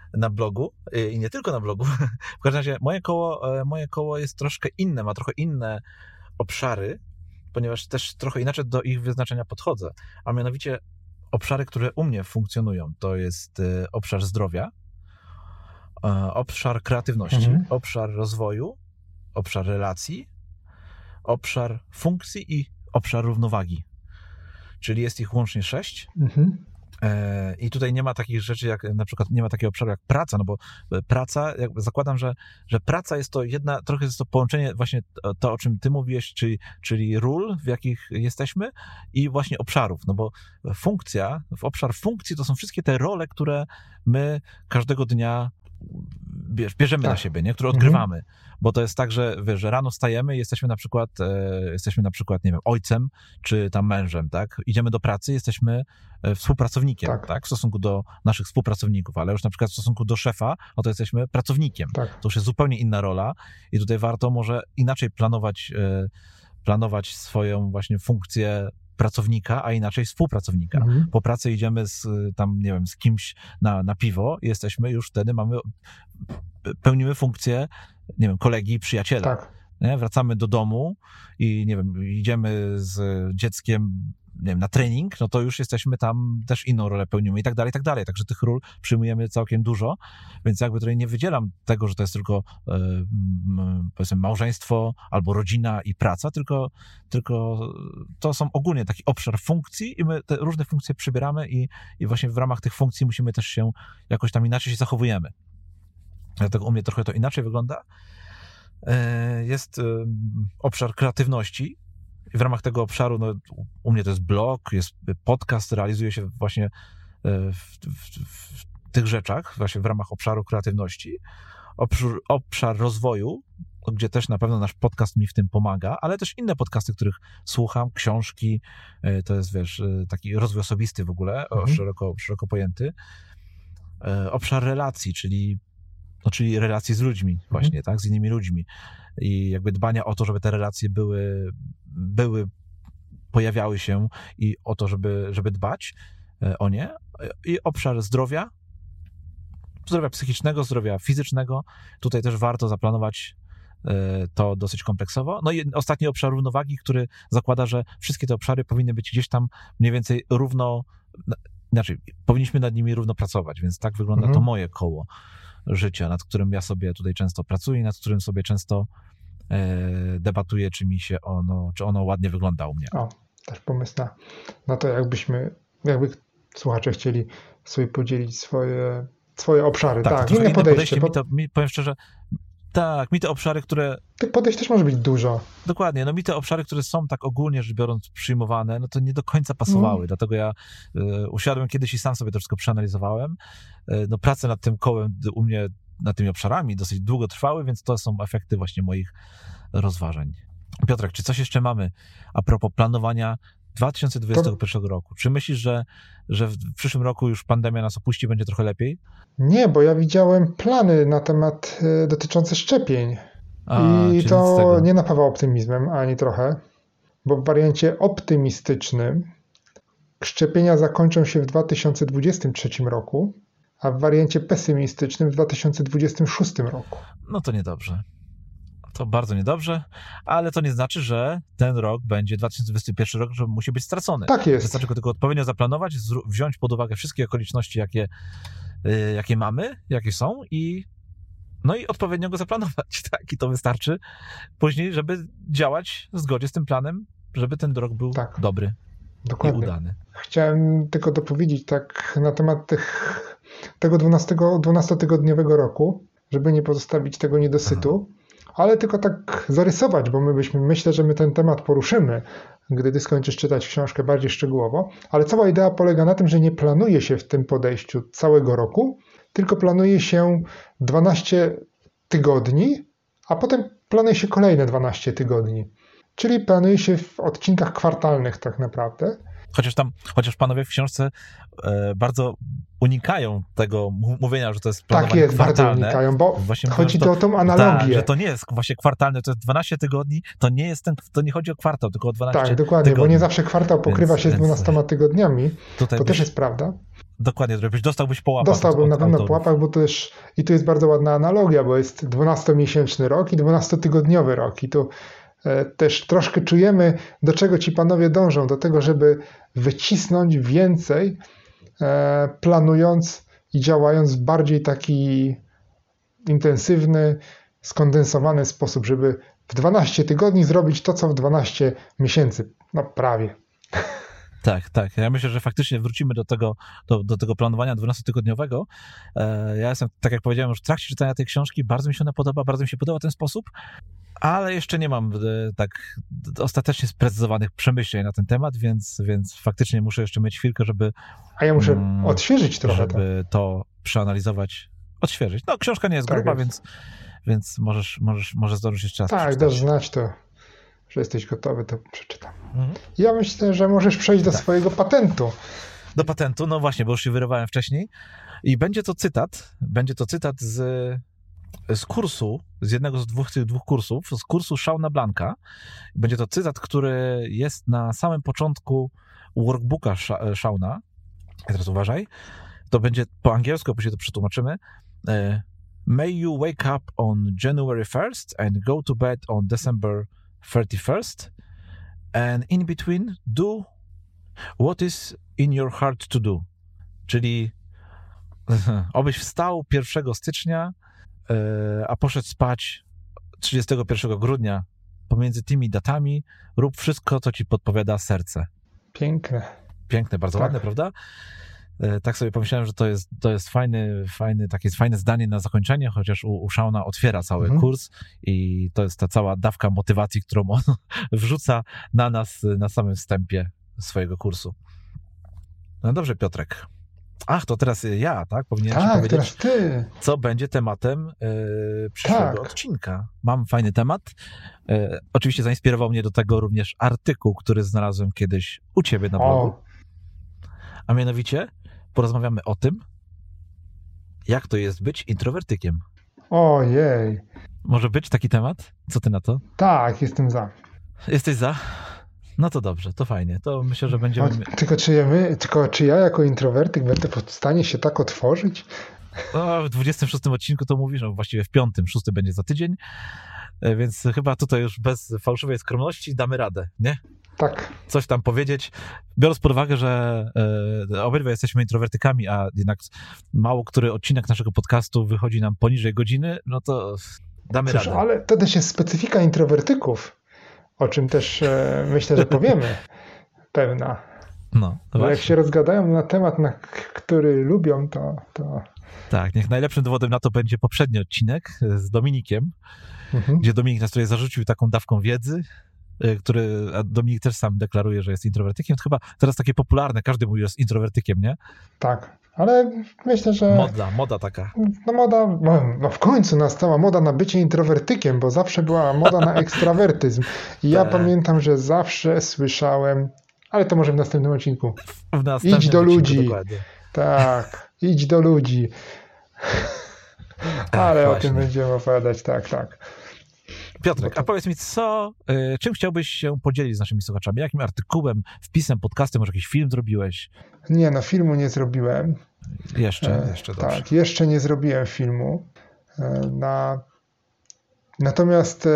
na blogu i nie tylko na blogu. W każdym razie moje koło jest troszkę inne, ma trochę inne obszary, ponieważ też trochę inaczej do ich wyznaczenia podchodzę, a mianowicie obszary, które u mnie funkcjonują, to jest obszar zdrowia, obszar kreatywności, obszar rozwoju, obszar relacji, obszar funkcji i obszar równowagi. Czyli jest ich łącznie 6. I tutaj nie ma takich rzeczy, jak na przykład nie ma takiego obszaru jak praca, no bo praca, zakładam, że praca jest to trochę jest to połączenie właśnie to, o czym ty mówiłeś, czyli ról, w jakich jesteśmy i właśnie obszarów, no bo obszar funkcji to są wszystkie te role, które my każdego dnia bierzemy na siebie, nie? Które odgrywamy, bo to jest tak, że rano wstajemy i jesteśmy na przykład, nie wiem, ojcem, czy tam mężem, tak? Idziemy do pracy, jesteśmy współpracownikiem, tak? W stosunku do naszych współpracowników, ale już na przykład w stosunku do szefa, no to jesteśmy pracownikiem. Tak. To już jest zupełnie inna rola i tutaj warto może inaczej planować swoją właśnie funkcję pracownika, a inaczej współpracownika. Po pracy idziemy z kimś na piwo i jesteśmy już wtedy, pełnimy funkcję, nie wiem, kolegi i przyjaciela. Tak. Nie? Wracamy do domu i, nie wiem, idziemy z dzieckiem, nie wiem, na trening, no to już jesteśmy tam, też inną rolę pełnimy i tak dalej, i tak dalej. Także tych ról przyjmujemy całkiem dużo, więc jakby tutaj nie wydzielam tego, że to jest tylko powiedzmy małżeństwo albo rodzina i praca, tylko to są ogólnie taki obszar funkcji i my te różne funkcje przybieramy i właśnie w ramach tych funkcji musimy też się jakoś tam inaczej się zachowujemy. Dlatego u mnie trochę to inaczej wygląda. Jest obszar kreatywności. I w ramach tego obszaru, no, u mnie to jest blog, jest podcast, realizuje się właśnie w tych rzeczach, właśnie w ramach obszaru kreatywności. Obszar rozwoju, gdzie też na pewno nasz podcast mi w tym pomaga, ale też inne podcasty, których słucham, książki, to jest, taki rozwój osobisty w ogóle, szeroko pojęty. Obszar relacji, czyli relacji z ludźmi właśnie, tak, z innymi ludźmi i jakby dbania o to, żeby te relacje pojawiały się i o to, żeby dbać o nie. I obszar zdrowia psychicznego, zdrowia fizycznego. Tutaj też warto zaplanować to dosyć kompleksowo. No i ostatni obszar równowagi, który zakłada, że wszystkie te obszary powinny być gdzieś tam mniej więcej powinniśmy nad nimi równo pracować, więc tak wygląda to moje koło życia, nad którym ja sobie tutaj często pracuję, nad którym sobie często debatuję, czy ono ładnie wygląda u mnie. O, też pomysł na to, jakby słuchacze chcieli sobie podzielić swoje obszary. Tak, inne podejście. Powiem szczerze, tak, mi te obszary, które... Tych podejść też może być dużo. Dokładnie, no mi te obszary, które są tak ogólnie rzecz biorąc przyjmowane, no to nie do końca pasowały, dlatego ja usiadłem kiedyś i sam sobie to wszystko przeanalizowałem. No prace nad tym kołem u mnie, nad tymi obszarami dosyć długo trwały, więc to są efekty właśnie moich rozważań. Piotrek, czy coś jeszcze mamy a propos planowania 2021 roku? Czy myślisz, że w przyszłym roku już pandemia nas opuści, będzie trochę lepiej? Nie, bo ja widziałem plany na temat dotyczące szczepień i to nie napawa optymizmem ani trochę, bo w wariancie optymistycznym szczepienia zakończą się w 2023 roku, a w wariancie pesymistycznym w 2026 roku. No to niedobrze. To bardzo niedobrze, ale to nie znaczy, że ten rok będzie 2021 rok, że musi być stracony. Tak jest. Wystarczy go tylko odpowiednio zaplanować, wziąć pod uwagę wszystkie okoliczności, jakie mamy, jakie są i odpowiednio go zaplanować. Tak? I to wystarczy później, żeby działać w zgodzie z tym planem, żeby ten rok był dobry. Dokładnie. I udany. Chciałem tylko dopowiedzieć tak na temat tego 12-tygodniowego roku, żeby nie pozostawić tego niedosytu, ale tylko tak zarysować, bo myślę, że my ten temat poruszymy, gdy ty skończysz czytać książkę bardziej szczegółowo, ale cała idea polega na tym, że nie planuje się w tym podejściu całego roku, tylko planuje się 12 tygodni, a potem planuje się kolejne 12 tygodni. Czyli planuje się w odcinkach kwartalnych tak naprawdę. Chociaż panowie w książce bardzo unikają tego mówienia, że to jest planowanie kwartalne. Tak jest, bardzo unikają, bo właśnie chodzi o tą analogię. Tak, że to nie jest właśnie kwartalne, to jest 12 tygodni, to nie chodzi o kwartał, tylko o 12 tygodni. Tak, dokładnie, bo nie zawsze kwartał pokrywa się z 12 tygodniami, to też jest prawda. Dokładnie, żebyś dostałbyś po łapach. Dostałbym na pewno autorów. po łapach, bo i tu jest bardzo ładna analogia, bo jest 12-miesięczny rok i 12-tygodniowy rok i tu też troszkę czujemy, do czego ci panowie dążą, do tego, żeby wycisnąć więcej, planując i działając w bardziej taki intensywny, skondensowany sposób, żeby w 12 tygodni zrobić to, co w 12 miesięcy. No prawie. Tak. Ja myślę, że faktycznie wrócimy do tego planowania 12-tygodniowego. Ja jestem, tak jak powiedziałem, już w trakcie czytania tej książki, bardzo mi się ona podoba, bardzo mi się podoba ten sposób, ale jeszcze nie mam tak ostatecznie sprecyzowanych przemyśleń na ten temat, więc faktycznie muszę jeszcze mieć chwilkę, żeby... A ja muszę odświeżyć trochę. Żeby to przeanalizować, odświeżyć. No, książka nie jest gruba, więc możesz zdążyć jeszcze raz przeczytać. Dasz znać to, że jesteś gotowy, to przeczytam. Ja myślę, że możesz przejść do swojego patentu. Do patentu, no właśnie, bo już się wyrywałem wcześniej. I będzie to cytat z kursu, z jednego z tych dwóch kursów, z kursu Shauna Blanca. Będzie to cytat, który jest na samym początku workbooka Shauna. Teraz uważaj. To będzie po angielsku, później to przetłumaczymy. May you wake up on January 1st and go to bed on December 31st, and in between do what is in your heart to do. Czyli obyś wstał 1 stycznia, a poszedł spać 31 grudnia. Pomiędzy tymi datami rób wszystko, co ci podpowiada serce. Piękne, bardzo ładne, prawda? Tak sobie pomyślałem, że to jest fajne zdanie na zakończenie, chociaż u Shauna otwiera cały kurs i to jest ta cała dawka motywacji, którą on wrzuca na nas na samym wstępie swojego kursu. No dobrze, Piotrek. Ach, to teraz ja, tak? Powinienem ci powiedzieć, teraz ty. Co będzie tematem przyszłego odcinka. Mam fajny temat. Oczywiście zainspirował mnie do tego również artykuł, który znalazłem kiedyś u ciebie na blogu. A mianowicie porozmawiamy o tym, jak to jest być introwertykiem. Ojej. Może być taki temat? Co ty na to? Tak, jestem za. Jesteś za? No to dobrze, to fajnie. To myślę, że będziemy... Tylko czy ja jako introwertyk będę w stanie się tak otworzyć? No, w 26 odcinku to mówisz, no właściwie w 5, 6 będzie za tydzień, więc chyba tutaj już bez fałszywej skromności damy radę, nie? Tak. Coś tam powiedzieć, biorąc pod uwagę, że obydwaj jesteśmy introwertykami, a jednak mało który odcinek naszego podcastu wychodzi nam poniżej godziny, no to damy radę. Ale to też jest specyfika introwertyków, o czym też myślę, że powiemy pewna. No, bo jak się rozgadają na temat, który lubią, to... Tak, niech najlepszym dowodem na to będzie poprzedni odcinek z Dominikiem, gdzie Dominik nas tutaj zarzucił taką dawką wiedzy, a Dominik też sam deklaruje, że jest introwertykiem. To chyba teraz takie popularne, każdy mówi, że jest introwertykiem, nie? Tak, ale myślę, że... Moda taka. No w końcu nastała moda na bycie introwertykiem, bo zawsze była moda na ekstrawertyzm. I ja pamiętam, że zawsze słyszałem, ale to może w następnym odcinku. Idź do ludzi. Dokładnie. Tak, idź do ludzi. Ale właśnie. O tym będziemy opowiadać, tak. Piotrek, a powiedz mi, czym chciałbyś się podzielić z naszymi słuchaczami? Jakim artykułem, wpisem, podcastem, może jakiś film zrobiłeś? Nie, filmu nie zrobiłem. Jeszcze dobrze. Tak, jeszcze nie zrobiłem filmu. Natomiast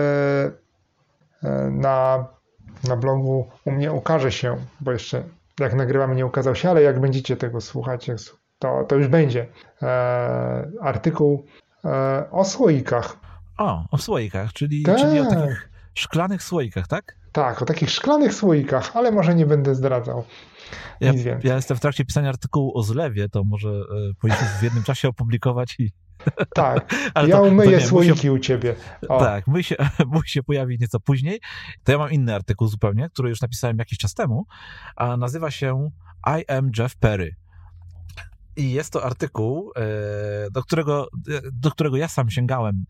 na blogu u mnie ukaże się, bo jeszcze jak nagrywamy nie ukazał się, ale jak będziecie tego słuchać, to już będzie artykuł o słoikach. O słoikach, czyli o takich szklanych słoikach, tak? Tak, o takich szklanych słoikach, ale może nie będę zdradzał. Ja jestem w trakcie pisania artykułu o zlewie, to może powinniśmy w jednym czasie opublikować i... Tak, ale ja umyję słoiki u ciebie. Tak, mój się pojawi nieco później. To ja mam inny artykuł zupełnie, który już napisałem jakiś czas temu, a nazywa się I am Jeff Perry. I jest to artykuł, do którego ja sam sięgałem,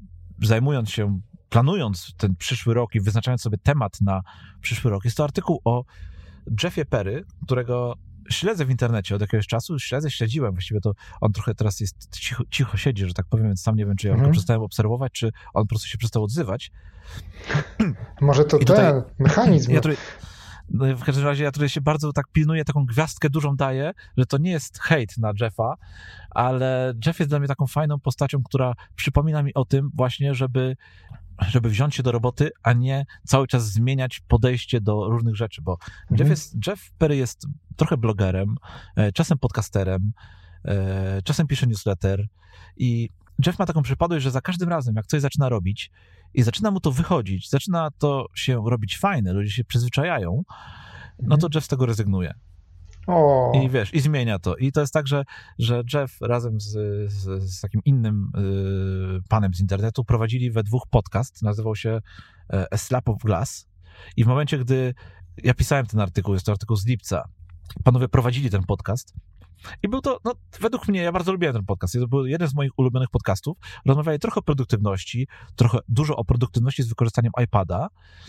planując ten przyszły rok i wyznaczając sobie temat na przyszły rok. Jest to artykuł o Jeffie Perry, którego śledzę w internecie od jakiegoś czasu, śledziłem, właściwie to on trochę teraz jest cicho siedzi, że tak powiem, więc sam nie wiem, czy ja go przestałem obserwować, czy on po prostu się przestał odzywać. Może to ten mechanizm. No, w każdym razie ja tutaj się bardzo tak pilnuję, taką gwiazdkę dużą daję, że to nie jest hejt na Jeffa, ale Jeff jest dla mnie taką fajną postacią, która przypomina mi o tym właśnie, żeby wziąć się do roboty, a nie cały czas zmieniać podejście do różnych rzeczy, bo Jeff Perry jest trochę blogerem, czasem podcasterem, czasem pisze newsletter i Jeff ma taką przypadłość, że za każdym razem, jak coś zaczyna robić i zaczyna mu to wychodzić, zaczyna to się robić fajne, ludzie się przyzwyczajają, no to Jeff z tego rezygnuje. I wiesz, i zmienia to. I to jest tak, że Jeff razem z takim innym panem z internetu prowadzili we dwóch podcast, nazywał się A Slap of Glass i w momencie, gdy ja pisałem ten artykuł, jest to artykuł z lipca, panowie prowadzili ten podcast i był to, no według mnie, ja bardzo lubiłem ten podcast, to był jeden z moich ulubionych podcastów, rozmawiali trochę o produktywności, dużo o produktywności z wykorzystaniem iPada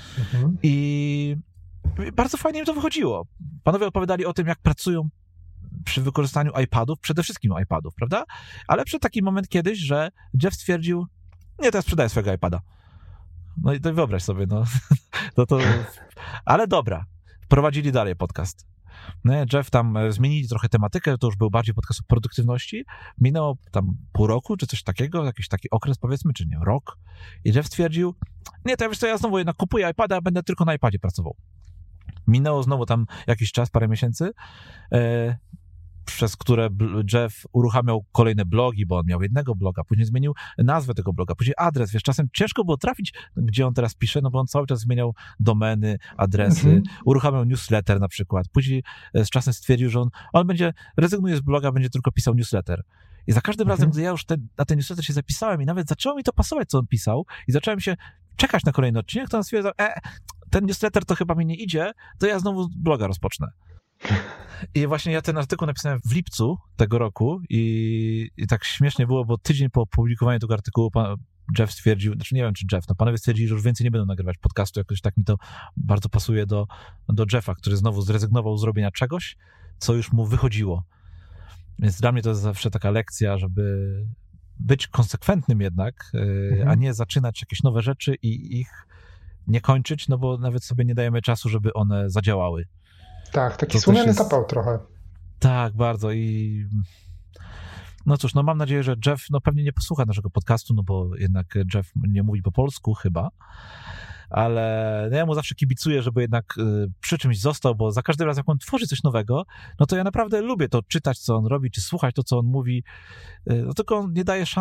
i bardzo fajnie im to wychodziło. Panowie opowiadali o tym, jak pracują przy wykorzystaniu iPadów, przede wszystkim iPadów, prawda? Ale przyszedł taki moment kiedyś, że Jeff stwierdził, nie, to ja sprzedaję swojego iPada. No i to wyobraź sobie, no. Ale dobra, prowadzili dalej podcast. No, Jeff tam zmienili trochę tematykę, to już był bardziej podcast o produktywności. Minęło tam pół roku, czy coś takiego, jakiś taki okres powiedzmy, czy nie, rok. I Jeff stwierdził, nie, to ja wiesz co, ja znowu jednak kupuję iPada, a będę tylko na iPadzie pracował. Minęło znowu tam jakiś czas, parę miesięcy, przez które Jeff uruchamiał kolejne blogi, bo on miał jednego bloga, później zmienił nazwę tego bloga, później adres, wiesz, czasem ciężko było trafić, gdzie on teraz pisze, no bo on cały czas zmieniał domeny, adresy, uruchamiał newsletter na przykład, później z czasem stwierdził, że on rezygnuje z bloga, będzie tylko pisał newsletter. I za każdym razem, gdy ja już na ten newsletter się zapisałem i nawet zaczęło mi to pasować, co on pisał i zacząłem się czekać na kolejny odcinek, to on stwierdzał, ten newsletter to chyba mi nie idzie, to ja znowu bloga rozpocznę. I właśnie ja ten artykuł napisałem w lipcu tego roku i tak śmiesznie było, bo tydzień po opublikowaniu tego artykułu Jeff stwierdził, znaczy nie wiem czy Jeff, no panowie stwierdzili, że już więcej nie będą nagrywać podcastu, jakoś tak mi to bardzo pasuje do Jeffa, który znowu zrezygnował z robienia czegoś, co już mu wychodziło. Więc dla mnie to jest zawsze taka lekcja, żeby być konsekwentnym jednak, a nie zaczynać jakieś nowe rzeczy i ich nie kończyć, no bo nawet sobie nie dajemy czasu, żeby one zadziałały. Tak, taki słomiany zapał trochę. Tak, bardzo i no cóż, no mam nadzieję, że Jeff pewnie nie posłucha naszego podcastu, no bo jednak Jeff nie mówi po polsku chyba, ale no ja mu zawsze kibicuję, żeby jednak przy czymś został, bo za każdym razem, jak on tworzy coś nowego, no to ja naprawdę lubię to czytać, co on robi, czy słuchać to, co on mówi, no tylko on nie daje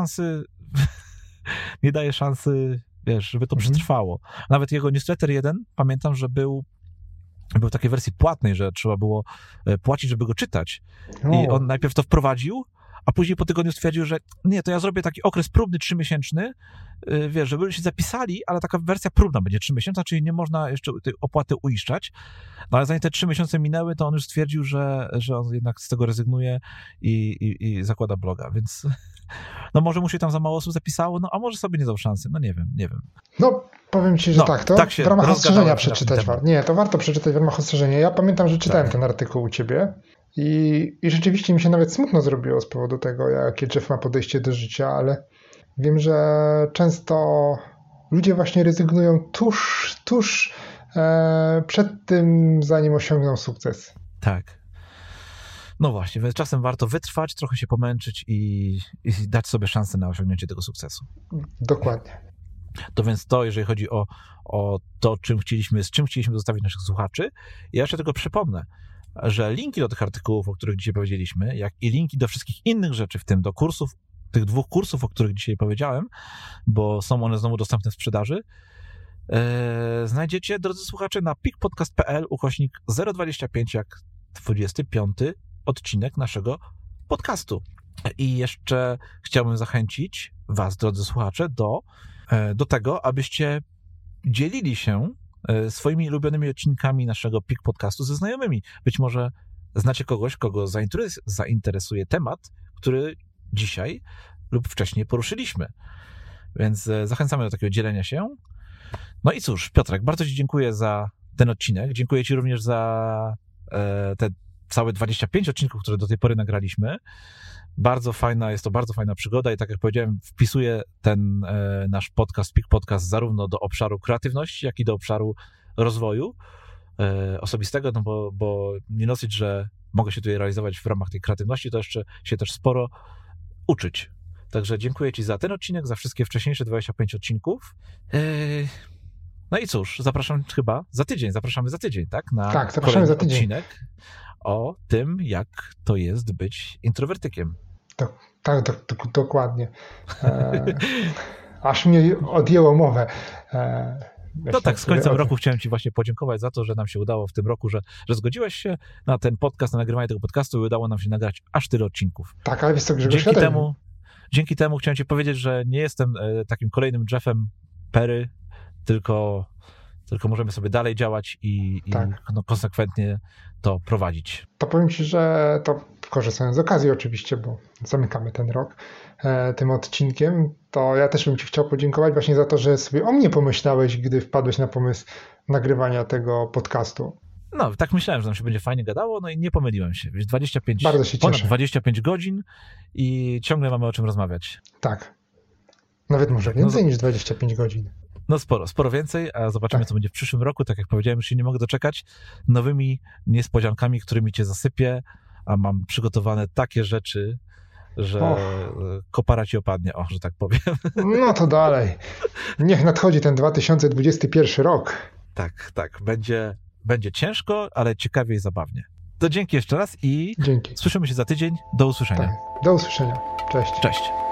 szansy, wiesz, żeby to przetrwało. Nawet jego newsletter jeden, pamiętam, że był w takiej wersji płatnej, że trzeba było płacić, żeby go czytać. I on najpierw to wprowadził, a później po tygodniu stwierdził, że nie, to ja zrobię taki okres próbny 3-miesięczny, wiesz, żeby się zapisali, ale taka wersja próbna będzie 3 miesiące, czyli nie można jeszcze tej opłaty uiszczać. No ale zanim te 3 miesiące minęły, to on już stwierdził, że on jednak z tego rezygnuje i zakłada bloga, więc no może mu się tam za mało osób zapisało, no a może sobie nie dał szansy, no nie wiem. No powiem ci, że tak, to tak w ramach ostrzeżenia przeczytać. Nie, to warto przeczytać w ramach ostrzeżenia. Ja pamiętam, że czytałem ten artykuł u ciebie i rzeczywiście mi się nawet smutno zrobiło z powodu tego, jakie Jeff ma podejście do życia, ale wiem, że często ludzie właśnie rezygnują tuż przed tym, zanim osiągną sukces. Tak. No właśnie, więc czasem warto wytrwać, trochę się pomęczyć i dać sobie szansę na osiągnięcie tego sukcesu. Dokładnie. To więc to, jeżeli chodzi o to, z czym chcieliśmy zostawić naszych słuchaczy. Ja jeszcze tylko przypomnę, że linki do tych artykułów, o których dzisiaj powiedzieliśmy, jak i linki do wszystkich innych rzeczy, w tym do kursów, tych 2 kursów, o których dzisiaj powiedziałem, bo są one znowu dostępne w sprzedaży, znajdziecie, drodzy słuchacze, na pikpodcast.pl/025, jak 25 odcinek naszego podcastu. I jeszcze chciałbym zachęcić was, drodzy słuchacze, do tego, abyście dzielili się swoimi ulubionymi odcinkami naszego PIK podcastu ze znajomymi. Być może znacie kogoś, kogo zainteresuje temat, który dzisiaj lub wcześniej poruszyliśmy. Więc zachęcamy do takiego dzielenia się. No i cóż, Piotrek, bardzo ci dziękuję za ten odcinek. Dziękuję ci również za te całe 25 odcinków, które do tej pory nagraliśmy. Jest to bardzo fajna przygoda i tak jak powiedziałem, wpisuję ten nasz podcast, PIK Podcast, zarówno do obszaru kreatywności, jak i do obszaru rozwoju. osobistego, no bo nie dosyć, że mogę się tutaj realizować w ramach tej kreatywności, to jeszcze się też sporo uczyć. Także dziękuję Ci za ten odcinek, za wszystkie wcześniejsze 25 odcinków. No i cóż, zapraszamy za tydzień, tak? Tak, zapraszamy za tydzień. Odcinek o tym, jak to jest być introwertykiem. Tak, dokładnie. Aż mnie odjęło mowę. No tak, z końcem roku chciałem Ci właśnie podziękować za to, że nam się udało w tym roku, że zgodziłeś się na ten podcast, na nagrywanie tego podcastu i udało nam się nagrać aż tyle odcinków. Tak, ale wiesz co, Grzegorz, Dzięki temu chciałem Ci powiedzieć, że nie jestem takim kolejnym Jeffem Perry, tylko możemy sobie dalej działać i konsekwentnie to prowadzić. To powiem Ci, że to korzystając z okazji oczywiście, bo zamykamy ten rok tym odcinkiem, to ja też bym Ci chciał podziękować właśnie za to, że sobie o mnie pomyślałeś, gdy wpadłeś na pomysł nagrywania tego podcastu. No, tak myślałem, że nam się będzie fajnie gadało, no i nie pomyliłem się. Bardzo się ponad cieszę. 25 godzin i ciągle mamy o czym rozmawiać. Tak. Nawet może więcej niż 25 godzin. No sporo więcej, a zobaczymy, co będzie w przyszłym roku. Tak jak powiedziałem, już się nie mogę doczekać. Nowymi niespodziankami, którymi Cię zasypię, a mam przygotowane takie rzeczy, że kopara Ci opadnie, że tak powiem. No to dalej. Niech nadchodzi ten 2021 rok. Tak. Będzie ciężko, ale ciekawie i zabawnie. To dzięki jeszcze raz i dzięki. Słyszymy się za tydzień. Do usłyszenia. Tak. Do usłyszenia. Cześć. Cześć.